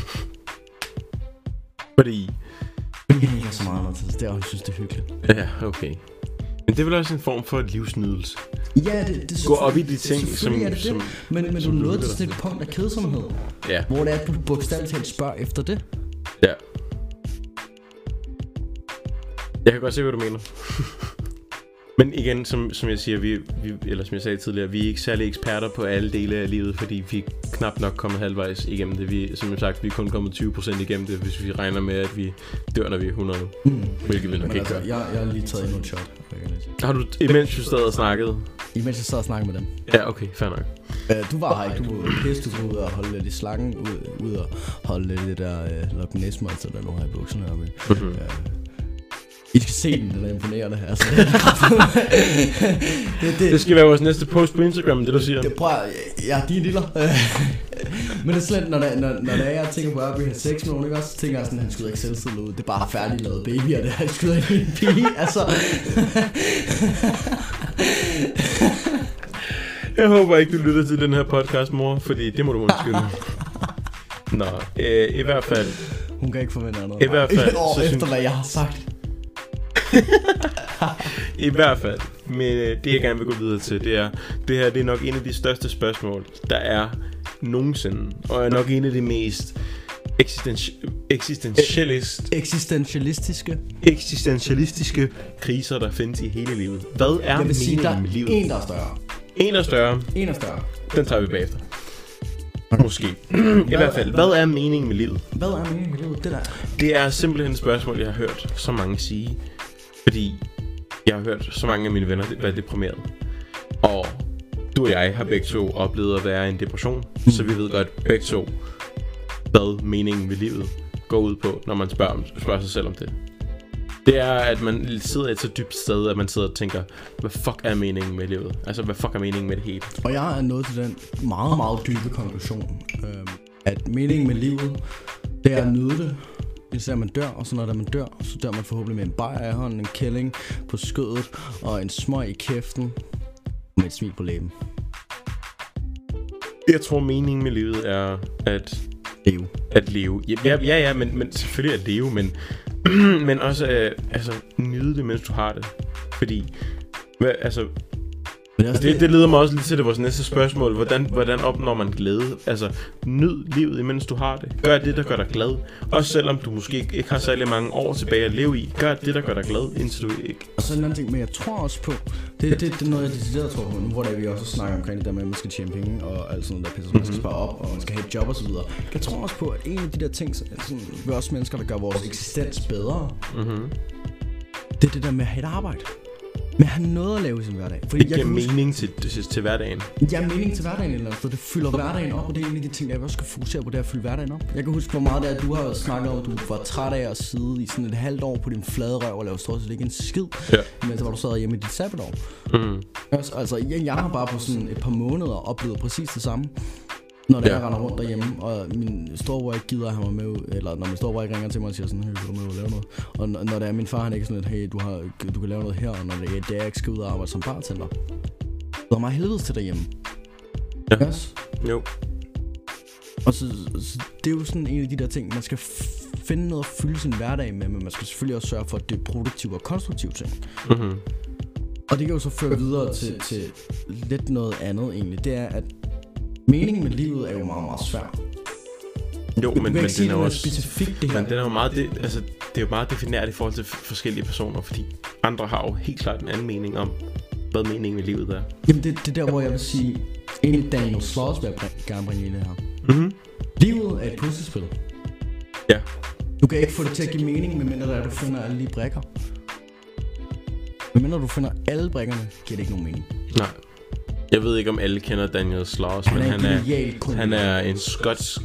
Fordi han ikke har så meget andet til, det er, hun synes, det er hyggeligt. Ja, okay. Men det er vel også en form for livsnydelse. Ja, det gå op i de ting, som... Men du nåede til et punkt af kedsomhed. Ja. Hvor det er, at du bogstaveligt talt spørger efter det. Ja. Jeg kan godt se, hvad du mener. Men igen, som jeg siger, eller som jeg sagde tidligere, vi er ikke særlig eksperter på alle dele af livet, fordi vi er knap nok kommet halvvejs igennem det. Som jeg sagt, vi er kun kommet 20% igennem det, hvis vi regner med, at vi dør, når vi er 100. Hvilket vi nok ikke gør. Jeg har lige taget endnu et shot. Har du, imens du sad og snakkede? Imens jeg sad og snakkede med dem. Ja, okay, fair nok. Du var her ikke, du var pisse, du var ude og holde lidt i slangen, ud og holde lidt det der Loch Ness Monster, der nu har i bukserne oppe. I skal se den er imponerende. Altså, det skal være vores næste post på Instagram, det du siger. Ja, de er liller. Men det er slet, når jeg tænker på at vi har sex med nogen, ikke også? Så tænker jeg sådan, han skyder ikke selvtid ud. Det er bare færdiglavet babyer, det han skyder ind i en pige. Altså. Jeg håber ikke, du lytter til den her podcast, mor, fordi det må du undskylde. Nå, i hvert fald. Hun kan ikke forvente andet. I hvert fald. Efter hvad jeg har sagt. I hvert fald. Men det jeg gerne vil gå videre til, det er, det her det er nok en af de største spørgsmål, der er nogensinde, og er nok en af de mest eksistentialistiske kriser, der findes i hele livet. Hvad er meningen med livet? En, der er større. En er større. En er større. Den tager vi bagefter. Måske. I hvert fald, hvad er meningen med livet? Hvad er meningen med livet? Det er simpelthen et spørgsmål, jeg har hørt så mange sige. Fordi jeg har hørt så mange af mine venner være deprimeret. Og du og jeg har begge to oplevet at være i en depression. Så vi ved godt begge to, hvad meningen med livet går ud på, når man spørger sig selv om det. Det er, at man sidder et så dybt sted, at man sidder og tænker, hvad fuck er meningen med livet? Altså, hvad fuck er meningen med det hele? Og jeg er nået til den meget, meget dybe konklusion, at meningen med livet, det er at nyde det, indtil man dør, og så når man dør, så dør man forhåbentlig med en bajer i hånden, en kælling på skødet, og en smøg i kæften, med et smil på læben. Jeg tror, meningen med livet er at leve. At leve. Ja, men selvfølgelig at leve, men også nyde det, mens du har det. Fordi, det leder mig også lidt til vores næste spørgsmål. Hvordan opnår man glæde? Altså, nyd livet, imens du har det. Gør det, der gør dig glad. Også selvom du måske ikke har særlig mange år tilbage at leve i. Gør det, der gør dig glad, indtil du ikke. Og så en anden ting, men jeg tror også på, det er noget, jeg decideret tror på nu, hvor vi også snakker omkring det der med, at man skal tjene penge og alt sådan noget, der man skal spare op, og man skal have et job og så videre. Jeg tror også på, at en af de der ting, ved os mennesker, der gør vores eksistens bedre, det er det der med at have et arbejde. Men han nåede at lave i sin hverdag. Fordi det giver mening til hverdagen. Ja, mening til hverdagen eller andet, for det fylder hverdagen op, og det er en af de ting, jeg også skal fokusere på, det er at fylde hverdagen op. Jeg kan huske, hvor meget det er, at du har snakket om, at du var træt af at sidde i sådan et halvt år på din flade røv og lave stort set ikke en skid, mens du sad hjemme i dit sabbatår. Altså, jeg har bare på sådan et par måneder oplevet præcis det samme. Når jeg render rundt derhjemme, og min storebror ikke gider at have mig med, eller når min storebror ikke ringer til mig og siger sådan, hey, vil du med at lave noget? Og når det er min far, han ikke sådan lidt, hey, du kan lave noget her, og når det er, jeg ikke skal ud og arbejde som bartender. Så er mig helvedes til derhjemme. Ja. Yes? Jo. Og så det er jo sådan en af de der ting, man skal finde noget at fylde sin hverdag med, men man skal selvfølgelig også sørge for, at det er produktivt og konstruktivt ting. Og det kan jo så føre videre til lidt noget andet egentlig. Det er, at meningen med livet er jo meget, meget svært. Jo, men den er også specifikt det her. Men den er jo meget det er jo meget defineret i forhold til forskellige personer, fordi andre har jo helt klart en anden mening om, hvad meningen med livet er. Jamen det er der, hvor jeg vil sige, egentlig Daniel Sloss vil jeg gerne bringe ind i det her. Livet er et puslespil. Ja. Du kan ikke få det til at give mening, medmindre du finder alle de brikker. Medmindre du finder alle brikkerne, giver det ikke nogen mening. Nej. Jeg ved ikke, om alle kender Daniel Sloss, men han er en skotsk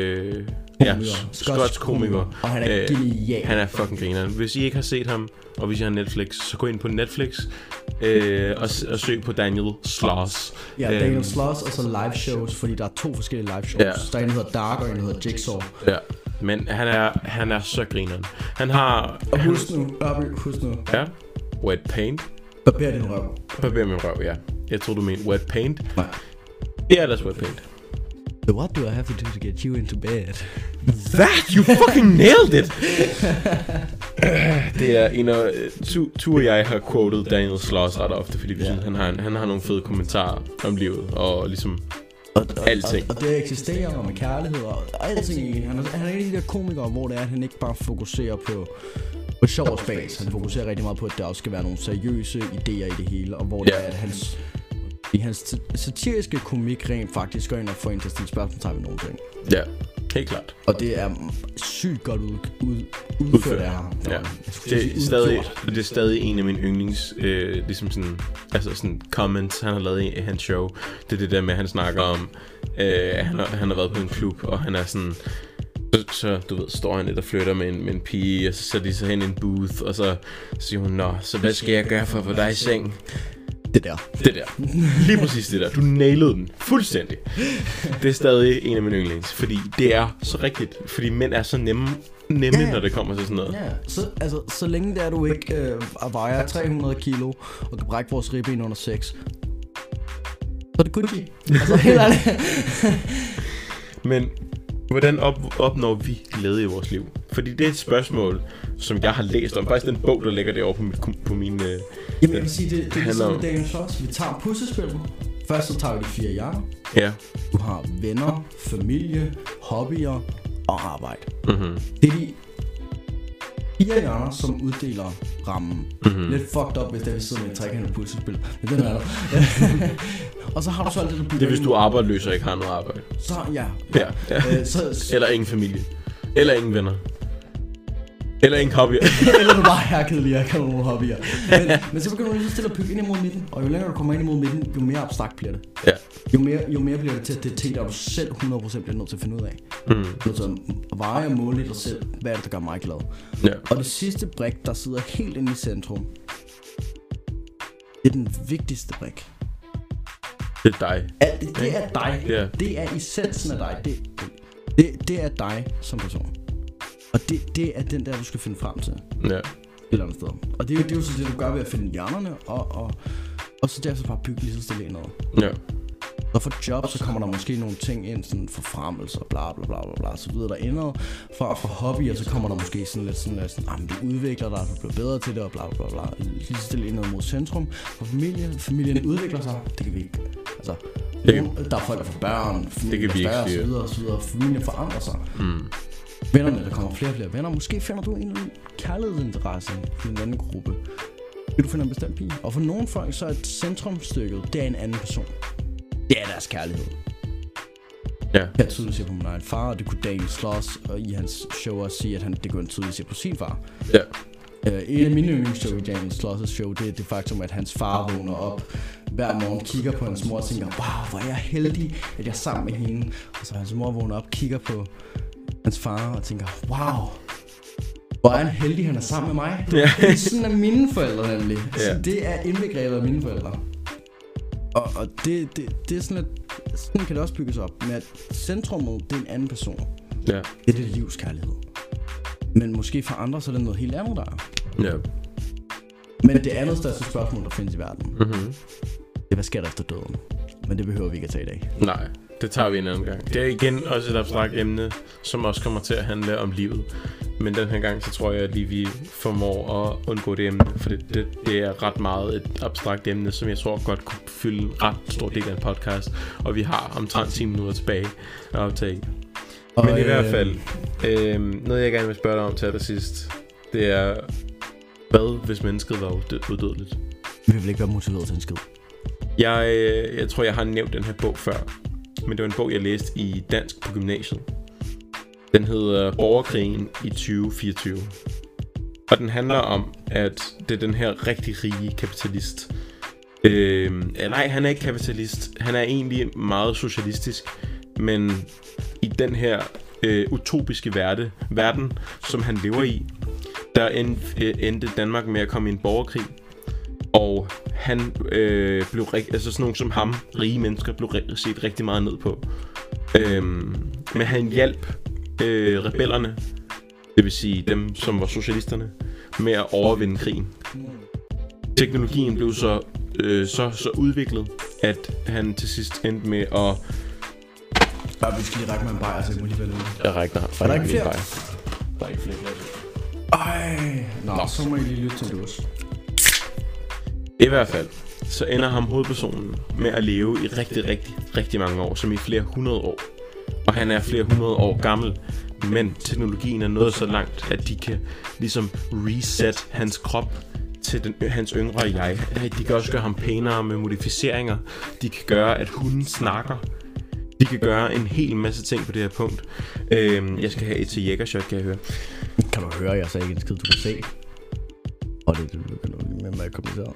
komiker. Og han er genial. Han er fucking grineren. Hvis I ikke har set ham, og hvis I har Netflix, så gå ind på Netflix og søg på Daniel Sloss. Ja, Daniel Sloss og så live shows, fordi der er 2 forskellige live shows. Der er en, der hedder Dark, og en, der hedder Jigsaw. Ja, men han er så grineren. Han har... Og husk nu. Ja, wet paint. Barber din røv. Barber min røv, ja. Jeg tror du mener wet paint. Nej. Det er der sweatpant. So what do I have to do to get you into bed? That? You fucking nailed it! Det er en af... Tu og jeg har quoted Daniel Sloss ret ofte, fordi vi synes, han har nogle fede kommentarer om livet, og ligesom alting. Og det eksisterer med kærlighed og alting. Han er en af de der komikere, hvor det er, at han ikke bare fokuserer på sjov og spas. Han fokuserer rigtig meget på, at der også skal være nogle seriøse idéer i det hele, og hvor det er, at hans satiriske komik rent faktisk går ind og får en til at stille spørgsmålstegn ved nogle ting. Ja, helt klart. Og det er sygt godt udført af ham. Ja. Det er stadig en af mine yndlings, ligesom sådan, altså sådan comments, han har lavet i hans show. Det er det der med, at han snakker om, han har været på en klub, og han er sådan... Så du ved, står han lidt og flytter med en pige, og så sætter de sig hen i en booth, og så siger hun, nå, så hvad skal jeg gøre for at få dig i seng? Det der. Lige præcis det der. Du nailede den fuldstændig. Det er stadig en af mine yndlings, fordi det er så rigtigt. Fordi mænd er så nemme, når det kommer til sådan noget. Ja, så længe der du ikke vejer 300 kilo og kan brække vores ribben under 6, så er det Gucci. Altså helt ærligt. Men hvordan opnår vi glæde i vores liv? Fordi det er et spørgsmål, som jeg har læst om. Faktisk den bog, der ligger derovre på min... Jamen jeg vil sige, det er ligesom med Daniel Sloss. Vi tager puslespillet. Først så tager vi de 4 hjerner. Ja. Du har venner, familie, hobbyer og arbejde. Mm-hmm. Det er de 4 hjørner, som uddeler rammen. Mm-hmm. Lidt fucked up, hvis der vi sidder med en trekantet puslespil. Men den er der. Og så har du så alt det, der bygger. Det er, hvis du er arbejdsløs og ikke har noget arbejde. Så, ja. Eller ingen familie. Eller ingen venner. Eller ingen hobbyer. Eller du bare er kedelig, jeg kan nogle hobbyer. Men så begynder du lige at stille og bygge ind imod midten. Og jo længere du kommer ind imod midten, jo mere abstrakt bliver det. Ja. Jo mere bliver det til, at det er ting, der du selv 100% bliver nødt til at finde ud af. Du er at veje og måle dig selv. Hvad er det, der gør mig glad? Ja. Og det sidste brik, der sidder helt inde i centrum, det er den vigtigste brik. Det er dig. Det er dig. Yeah. Det er essensen af dig. Det er dig som person. Og det er den der, du skal finde frem til. Ja. Et eller andet sted. Og det er jo så det, du gør ved at finde hjernerne, og så derefter bare bygge lige så stille indad. Ja. Og for job, så kommer der måske nogle ting ind, sådan forfremmelse og bla bla bla bla, så videre der indad. For hobbyer, så kommer der måske sådan lidt sådan, du udvikler dig, du bliver bedre til det, og bla bla bla. Lige så stille indad mod centrum. For familien udvikler sig, det kan vi ikke. Altså, der er folk, der får børn, familien er større, og så videre. Familien forandrer sig. Vennerne, der kommer flere og flere venner. Måske finder du en kærlighedsinteresse i en anden gruppe. Du finder en bestemt pige. Og for nogle folk, så er et centrumstykket, det er en anden person. Det er deres kærlighed. Ja. Jeg tydeligt se på min egen far, og det kunne Daniel Sloss og i hans show også sige, at det kunne tydeligt se på sin far. Ja. En af mine yndlingsshow i Daniel Sloss' show, det er det faktum, at hans far vågner op hver morgen, kigger på hans mor og tænker, wow, hvor er jeg heldig, at jeg er sammen med hende. Og så hans mor vågner op, kigger på hans far og tænker, wow, hvor er han heldig, han er sammen med mig. Det er sådan af mine forældre nemlig. Så det er indbegrebet af mine forældre. Og det er sådan lidt, sådan kan det også bygges op med, at centrummet, det er en anden person. Ja. Det er det livskærlighed. Men måske for andre, så er det noget helt andet, der er. Ja. Men det andet største spørgsmål, der findes i verden, det er, hvad sker der efter døden? Men det behøver vi ikke at tage i dag. Nej, det tager vi en anden gang. Det er igen også et abstrakt emne, som også kommer til at handle om livet. Men den her gang, så tror jeg, at vi formår at undgå det emne. For det er ret meget et abstrakt emne, som jeg tror godt kunne fylde en ret stor del af en podcast. Og vi har omtrent 10 minutter tilbage at optage. Men i hvert fald, noget jeg gerne vil spørge dig om til allersidst, det er, hvad hvis mennesket var udødeligt? Vi vil ikke være motiveret til en skid. Jeg tror, jeg har nævnt den her bog før. Men det var en bog, jeg læste i dansk på gymnasiet. Den hedder Borgerkrigen i 2024. Og den handler om, at det er den her rigtig rige kapitalist. Nej, han er ikke kapitalist. Han er egentlig meget socialistisk. Men i den her utopiske verden, som han lever i, der endte Danmark med at komme i en borgerkrig. Og han blev altså sådan nogle som ham, rige mennesker, blev set rigtig meget ned på. Men han hjalp rebellerne, det vil sige dem, som var socialisterne, med at overvinde krigen. Teknologien blev så udviklet, at han til sidst endte med at... Ja, vi skal lige række mig en bajer, så jeg må lige vælge. Jeg rækker Er der ikke flere? Der er ikke flere. Ej, nå, så må I lige lytte til det også. I hvert fald, så ender ham hovedpersonen med at leve i rigtig mange år, som i flere 100 år. Og han er flere 100 år gammel, men teknologien er nået så langt, at de kan ligesom reset hans krop til hans yngre jeg. De kan også gøre ham pænere med modificeringer. De kan gøre, at hunden snakker. De kan gøre en hel masse ting på det her punkt. Jeg skal have et til Jägershot, kan jeg høre. Kan du høre, jeg sagde ikke en skid, du kan se. Og det kan du lige med mig at kommentere.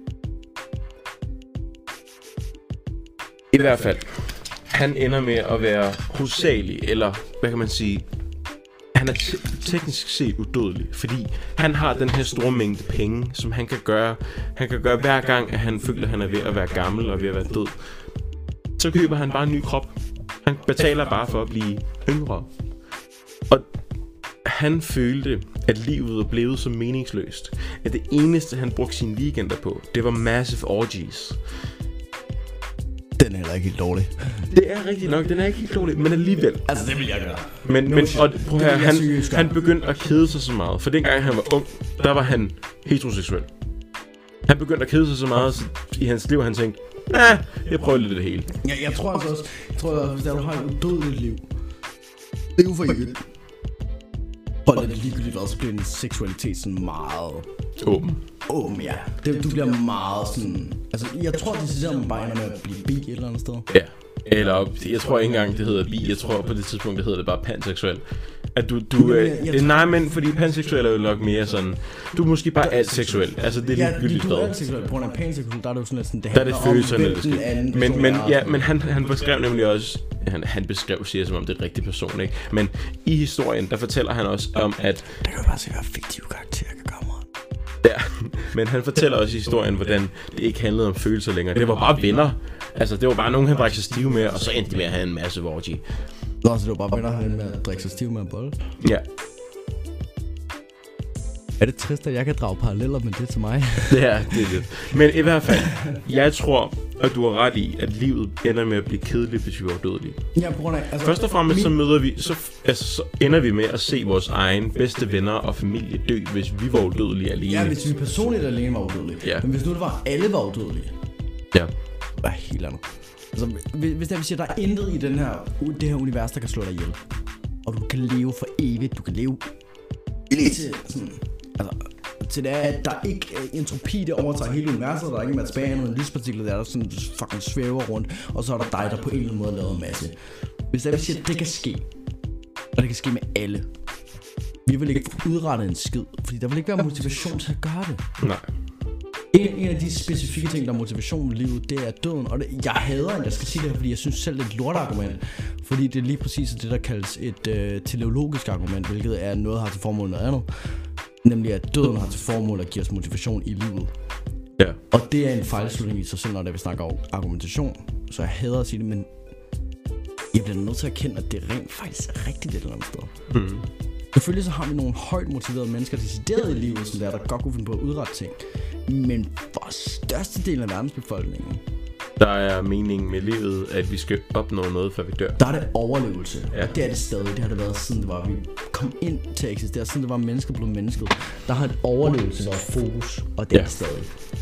I hvert fald, han ender med at være hovedsagelig, eller hvad kan man sige, han er teknisk set udødelig, fordi han har den her store mængde penge, som han kan gøre. Han kan gøre hver gang, at han føler, at han er ved at være gammel og ved at være død. Så køber han bare en ny krop. Han betaler bare for at blive yngre. Og han følte, at livet var blevet så meningsløst, at det eneste, han brugte sine weekender på, det var massive orgies. Den er heller ikke helt dårlig. Det er rigtigt nok, den er ikke helt dårlig, men alligevel. Altså, det vil jeg gøre. Men og prøv her, han begyndte at kede sig så meget. For dengang han var ung, der var han heteroseksuel. Han begyndte at kede sig så meget i hans liv, han tænkte, jeg prøver lidt det hele. Ja, jeg tror altså også, hvis du har et udødeligt liv, det er jo for evigt. Og det ligegyldigt også, så bliver din seksualitet sådan meget... Åben, ja. Du bliver meget sådan... Altså, jeg tror, det sidder man bare ender med at blive bi et eller andet sted. Ja. Eller, jeg tror ikke engang, det hedder bi. Jeg tror på det tidspunkt, det hedder det bare panseksuel. At nej, men fordi panseksuel er jo nok mere sådan... Du er måske bare alt seksuel. Altså, det er ligegyldigt stadig. Ja, du er alt seksuel. På grund af panseksuel, der er det jo sådan lidt sådan... Det handler om, hvem men han beskrev nemlig også... Han beskrev, siger som om det er en rigtig person, ikke? Men i historien, der fortæller han også om, at... Der kan jo bare se, hvad fiktive karakterer kan komme. Ja, men han fortæller også i historien, hvordan det ikke handlede om følelser længere. Det var bare venner. Altså, det var bare nogen, han drak sig stiv med, og så endte de med at have en masse orgy. Nå, så det var bare venner, han med at drikke sig stiv med en bold? Ja. Er det trist, at jeg kan drage paralleller med det til mig? Det er lidt. Men i hvert fald, jeg tror, at du har ret i, at livet ender med at blive kedeligt, hvis vi var dødelige. Ja, på grund af... Altså, først og fremmest så møder vi... Så ender vi med at se vores egen bedste venner og familie dø, hvis vi var udødelige alene. Ja, hvis vi personligt alene var udødelige. Ja. Men hvis nu det var, alle var udødelige. Ja. Det er helt andet. Altså, hvis det vil sige, at der er intet i det her univers, der kan slå dig ihjel. Og du kan leve for evigt. Du kan leve... Lige til sådan... Altså, til det er, at der ikke er entropi, der overtager hele universet. Der er ikke en masse baner, en lyspartikler, der sådan fucking svæver rundt. Og så er der dig, der på en eller anden måde laver en masse. Hvis det vil sige, at det kan ske. Og det kan ske med alle. Vi vil ikke udrette en skid, fordi der vil ikke være motivation til at gøre det. Nej. En af de specifikke ting, der er motivation i livet, det er døden. Og jeg hader, at jeg skal sige det her, fordi jeg synes selv, det er et lortargument. Fordi det er lige præcis det, der kaldes et teleologisk argument, hvilket er noget, der har til formål noget andet. Nemlig at døden har til formål at give os motivation i livet. Ja. Og det er en fejlslutning i sig selv, når vi snakker om argumentation. Så jeg hader at sige det, men jeg bliver nødt til at erkende, at det rent faktisk er rigtigt et eller andet sted. Selvfølgelig så har vi nogle højt motiverede mennesker decideret i livet, som der godt kunne finde på at udrette ting. Men for størstedelen af verdensbefolkningen, der er meningen med livet, at vi skal opnå noget, før vi dør. Der er det overlevelse, og det er det stadig. Det har det været siden det var, vi kom ind til at eksistere, siden det var mennesket blev mennesket. Der har et overlevelse været fokus, og det er det stadig.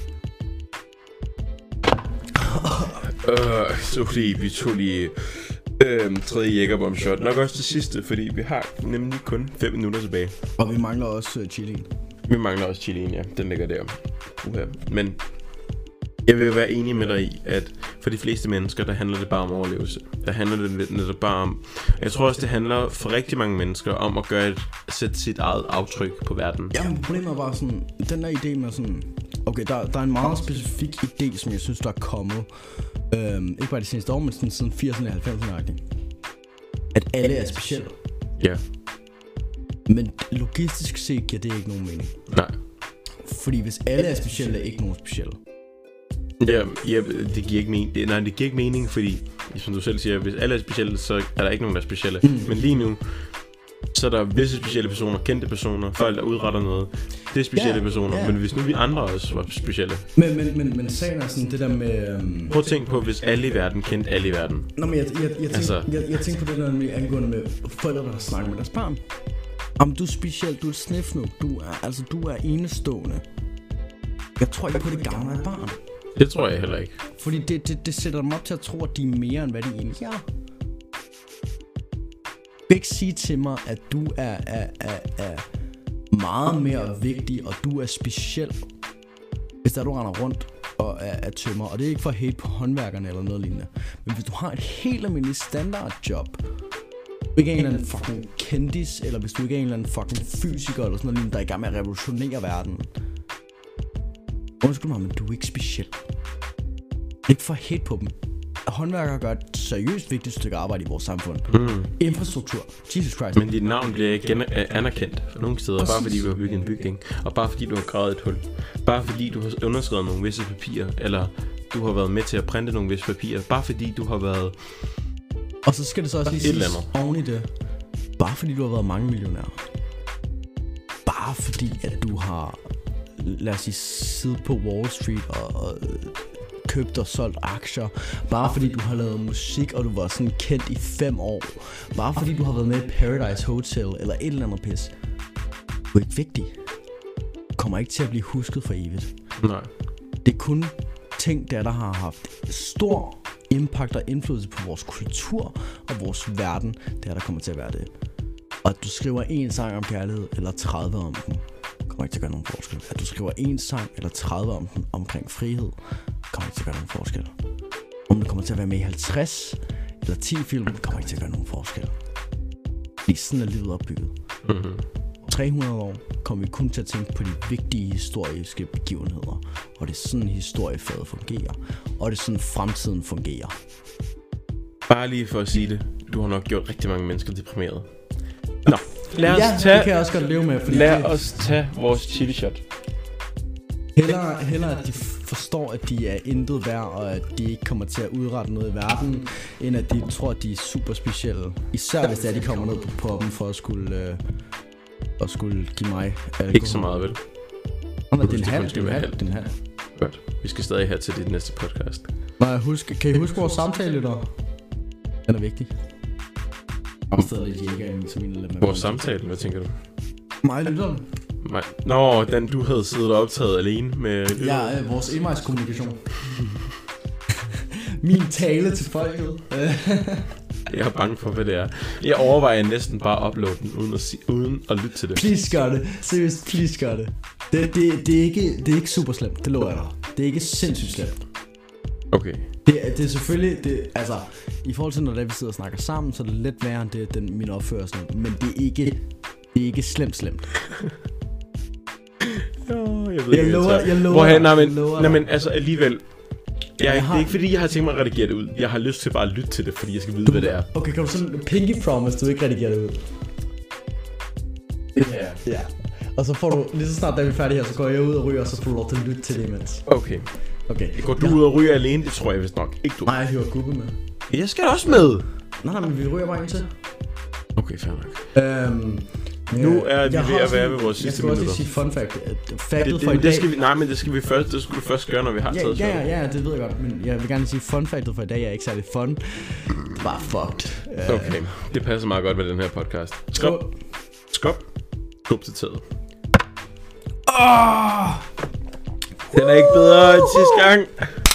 Så fordi vi tog lige tredje Jägerbomb-shot. Nok også det sidste, fordi vi har nemlig kun 5 minutter tilbage. Og vi mangler også chilien. Vi mangler også chilien, ja. Den ligger der. Men jeg vil være enig med dig i, at for de fleste mennesker, der handler det bare om overlevelse. Der handler det netop bare om... Jeg tror også, det handler for rigtig mange mennesker om at sætte sit eget aftryk på verden. Ja, men problemet er bare sådan... Den der idé med sådan... Okay, der er en meget specifik idé, som jeg synes, der er kommet. Ikke bare de seneste år, men sådan siden 80'erne og 90'erne. At alle er specielle. Ja. Men logistisk set giver det ikke nogen mening. Nej. Fordi hvis alle er specielle, er ikke nogen specielle. Ja, det giver ikke mening. Det giver ikke mening, fordi, som du selv siger, hvis alle er specielle, så er der ikke nogen, der er specielle. Men lige nu, Så er der visse specielle personer, kendte personer, folk der udretter noget. Det er specielle personer, men hvis nu vi andre også var specielle. Men sagen er sådan det der med... Prøv at tænke på, hvis alle i verden kendte alle i verden. Nå, men jeg tænker på det der med angående med forældre, der snakker med deres barn. Om du er speciel, du er snifnuk, du er enestående. Jeg tror ikke på det gavner et barn. Det tror jeg heller ikke. Fordi det sætter dem op til at tro, at de er mere end hvad de egentlig er. Du kan ikke sige til mig, at du er meget mere vigtig, og du er speciel, hvis der du render rundt og er tømmer. Og det er ikke for at hate på håndværkerne eller noget lignende. Men hvis du har et helt almindeligt standardjob, du ikke er en eller anden fucking kendis, eller hvis du ikke er en eller anden fucking fysiker eller sådan noget, der er i gang med at revolutionere verden. Undskyld mig, men du er ikke speciel. Ikke for at hate på dem. Håndværkere gør et seriøst vigtigt stykke arbejde i vores samfund. Infrastruktur. Jesus Christ. Men dit navn bliver ikke anerkendt for nogle steder. Bare fordi du har bygget en bygning. Og bare fordi du har gravet et hul. Bare fordi du har underskrevet nogle visse papirer. Eller du har været med til at printe nogle visse papirer. Bare fordi du har været... Og så skal det så også lige siges oven i det. Bare fordi du har været mange millionær. Bare fordi at du har, lad os sige, siddet på Wall Street og købt og solgt aktier. Bare fordi du har lavet musik, og du var sådan kendt i 5 år. Bare fordi du har været med i Paradise Hotel eller et eller andet pis. Du er ikke vigtig. Du kommer ikke til at blive husket for evigt. Nej. Det er kun ting der har haft stor impact og indflydelse på vores kultur og vores verden. Det der kommer til at være det. Og at du skriver en sang om kærlighed eller 30 om den, kommer ikke til at gøre nogen forskel. At du skriver en sang eller 30 om den omkring frihed, kommer ikke til at gøre nogen forskel. Om du kommer til at være med i 50 eller 10 film, kommer ikke til at gøre nogen forskel. Fordi sådan er livet opbygget. 300 år kommer vi kun til at tænke på de vigtige historiske begivenheder. Og det er sådan historiefaget fungerer. Og det er sådan fremtiden fungerer. Bare lige for at sige det. Du har nok gjort rigtig mange mennesker deprimeret. Nå, lad os det kan jeg også godt leve med. Lad os tage vores chili shot. Hellere at de forstår, at de er intet værd, og at de ikke kommer til at udrette noget i verden, end at de tror, at de er super specielle. Især hvis de kommer ned på poppen for at skulle give mig alkohol. Ikke så meget, vel? Det er en halv. Godt. Vi skal stadig her til dit næste podcast. Nej, kan I huske vores samtale der? Den er vigtig. Vores samtale, hvad tænker du? Mig lytter. Nå, den du havde siddet og optaget alene med... Ja, vores e-mails-kommunikation. Min tale til folket. Jeg er bange for, hvad det er. Jeg overvejer næsten bare at uploade den, uden at lytte til det. Please gør det. Seriøst, please gør det. Det er ikke super slemt, det lover jeg dig. Det er ikke sindssygt slemt. Okay. Det er selvfølgelig, altså, i forhold til når vi sidder og snakker sammen, så er det lidt værre end min opførsel. Men det er ikke slemt. Jeg lover. Nej, men altså alligevel. Det er ikke fordi jeg har tænkt mig at redigere det ud. Jeg har lyst til bare at lytte til det, fordi jeg skal vide hvad det er. Okay, kan du sådan pinky promise du ikke redigerer det ud? Ja. Og så får du, lige så snart da vi er færdige her, så går jeg ud og ryger, og så får du lov til at lytte til det imens. Okay. Går du ud og ryger alene? Det tror jeg vist nok. Ikke du. Nej, jeg hiver Gubbe med. Jeg skal også med. Nej, men vi ryger bare en til. Okay, fair nok. Nu er vi ved at være ved vores sidste minutter. Jeg skal også sige fun fact. Factet for i dag. Det skal vi først gøre, når vi har taget shot. Ja, det ved jeg godt. Men jeg vil gerne sige, fun factet for i dag er ikke særlig fun. Bare fucked. Okay, det passer meget godt med den her podcast. Skub til taget. Den er ikke bedre end sidste gang.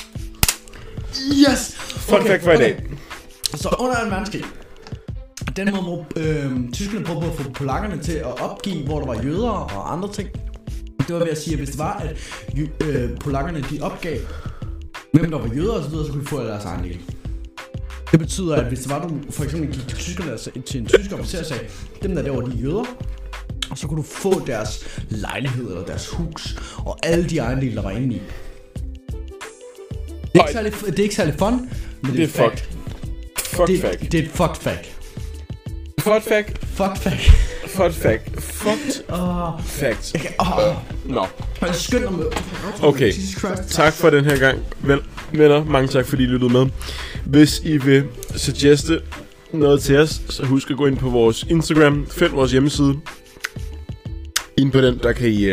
Yes! Fun fact for i dag. Så under 2. verdenskrig, den måde hvor tyskerne prøvede at få polakkerne til at opgive, hvor der var jøder og andre ting. Det var ved at sige, at hvis det var, at polakkerne de opgav, hvem der var jøder og så videre, så kunne de få deres egen del. Det betyder, at hvis det var, du for eksempel gik til tyskerne til en tysk officer og sagde, dem der var de jøder, og så kunne du få deres lejlighed eller deres hus og alle de ejendele, der var inde i. Det er ikke særlig fun, men det er fucked. Fucked fact. Det er et fucked fact. Fucked fact. Fucked fact. Fucked fact. Fucked fact. Nå. Skynd dig med. Okay. Tak for den her gang. Venner, mange tak fordi I lyttede med. Hvis I vil suggeste noget til os, så husk at gå ind på vores Instagram, find vores hjemmeside. Inde på den, der kan I...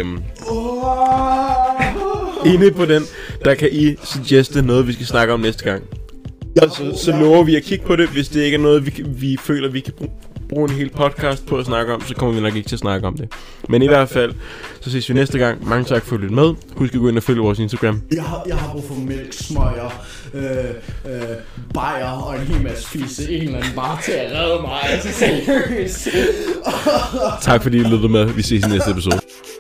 Inde på den, der kan I suggeste noget, vi skal snakke om næste gang. Så lover vi at kigge på det. Hvis det ikke er noget, vi føler, vi kan bruge en hel podcast på at snakke om, så kommer vi nok ikke til at snakke om det. Men i hvert fald, så ses vi næste gang. Mange tak for at lytte med. Husk at gå ind og følge vores Instagram. Jeg har brug for mælk, smøger, bajer og en hel masse fisse. En eller anden bare til at redde mig. Altså seriøst. Tak fordi I lyttede med. Vi ses i næste episode.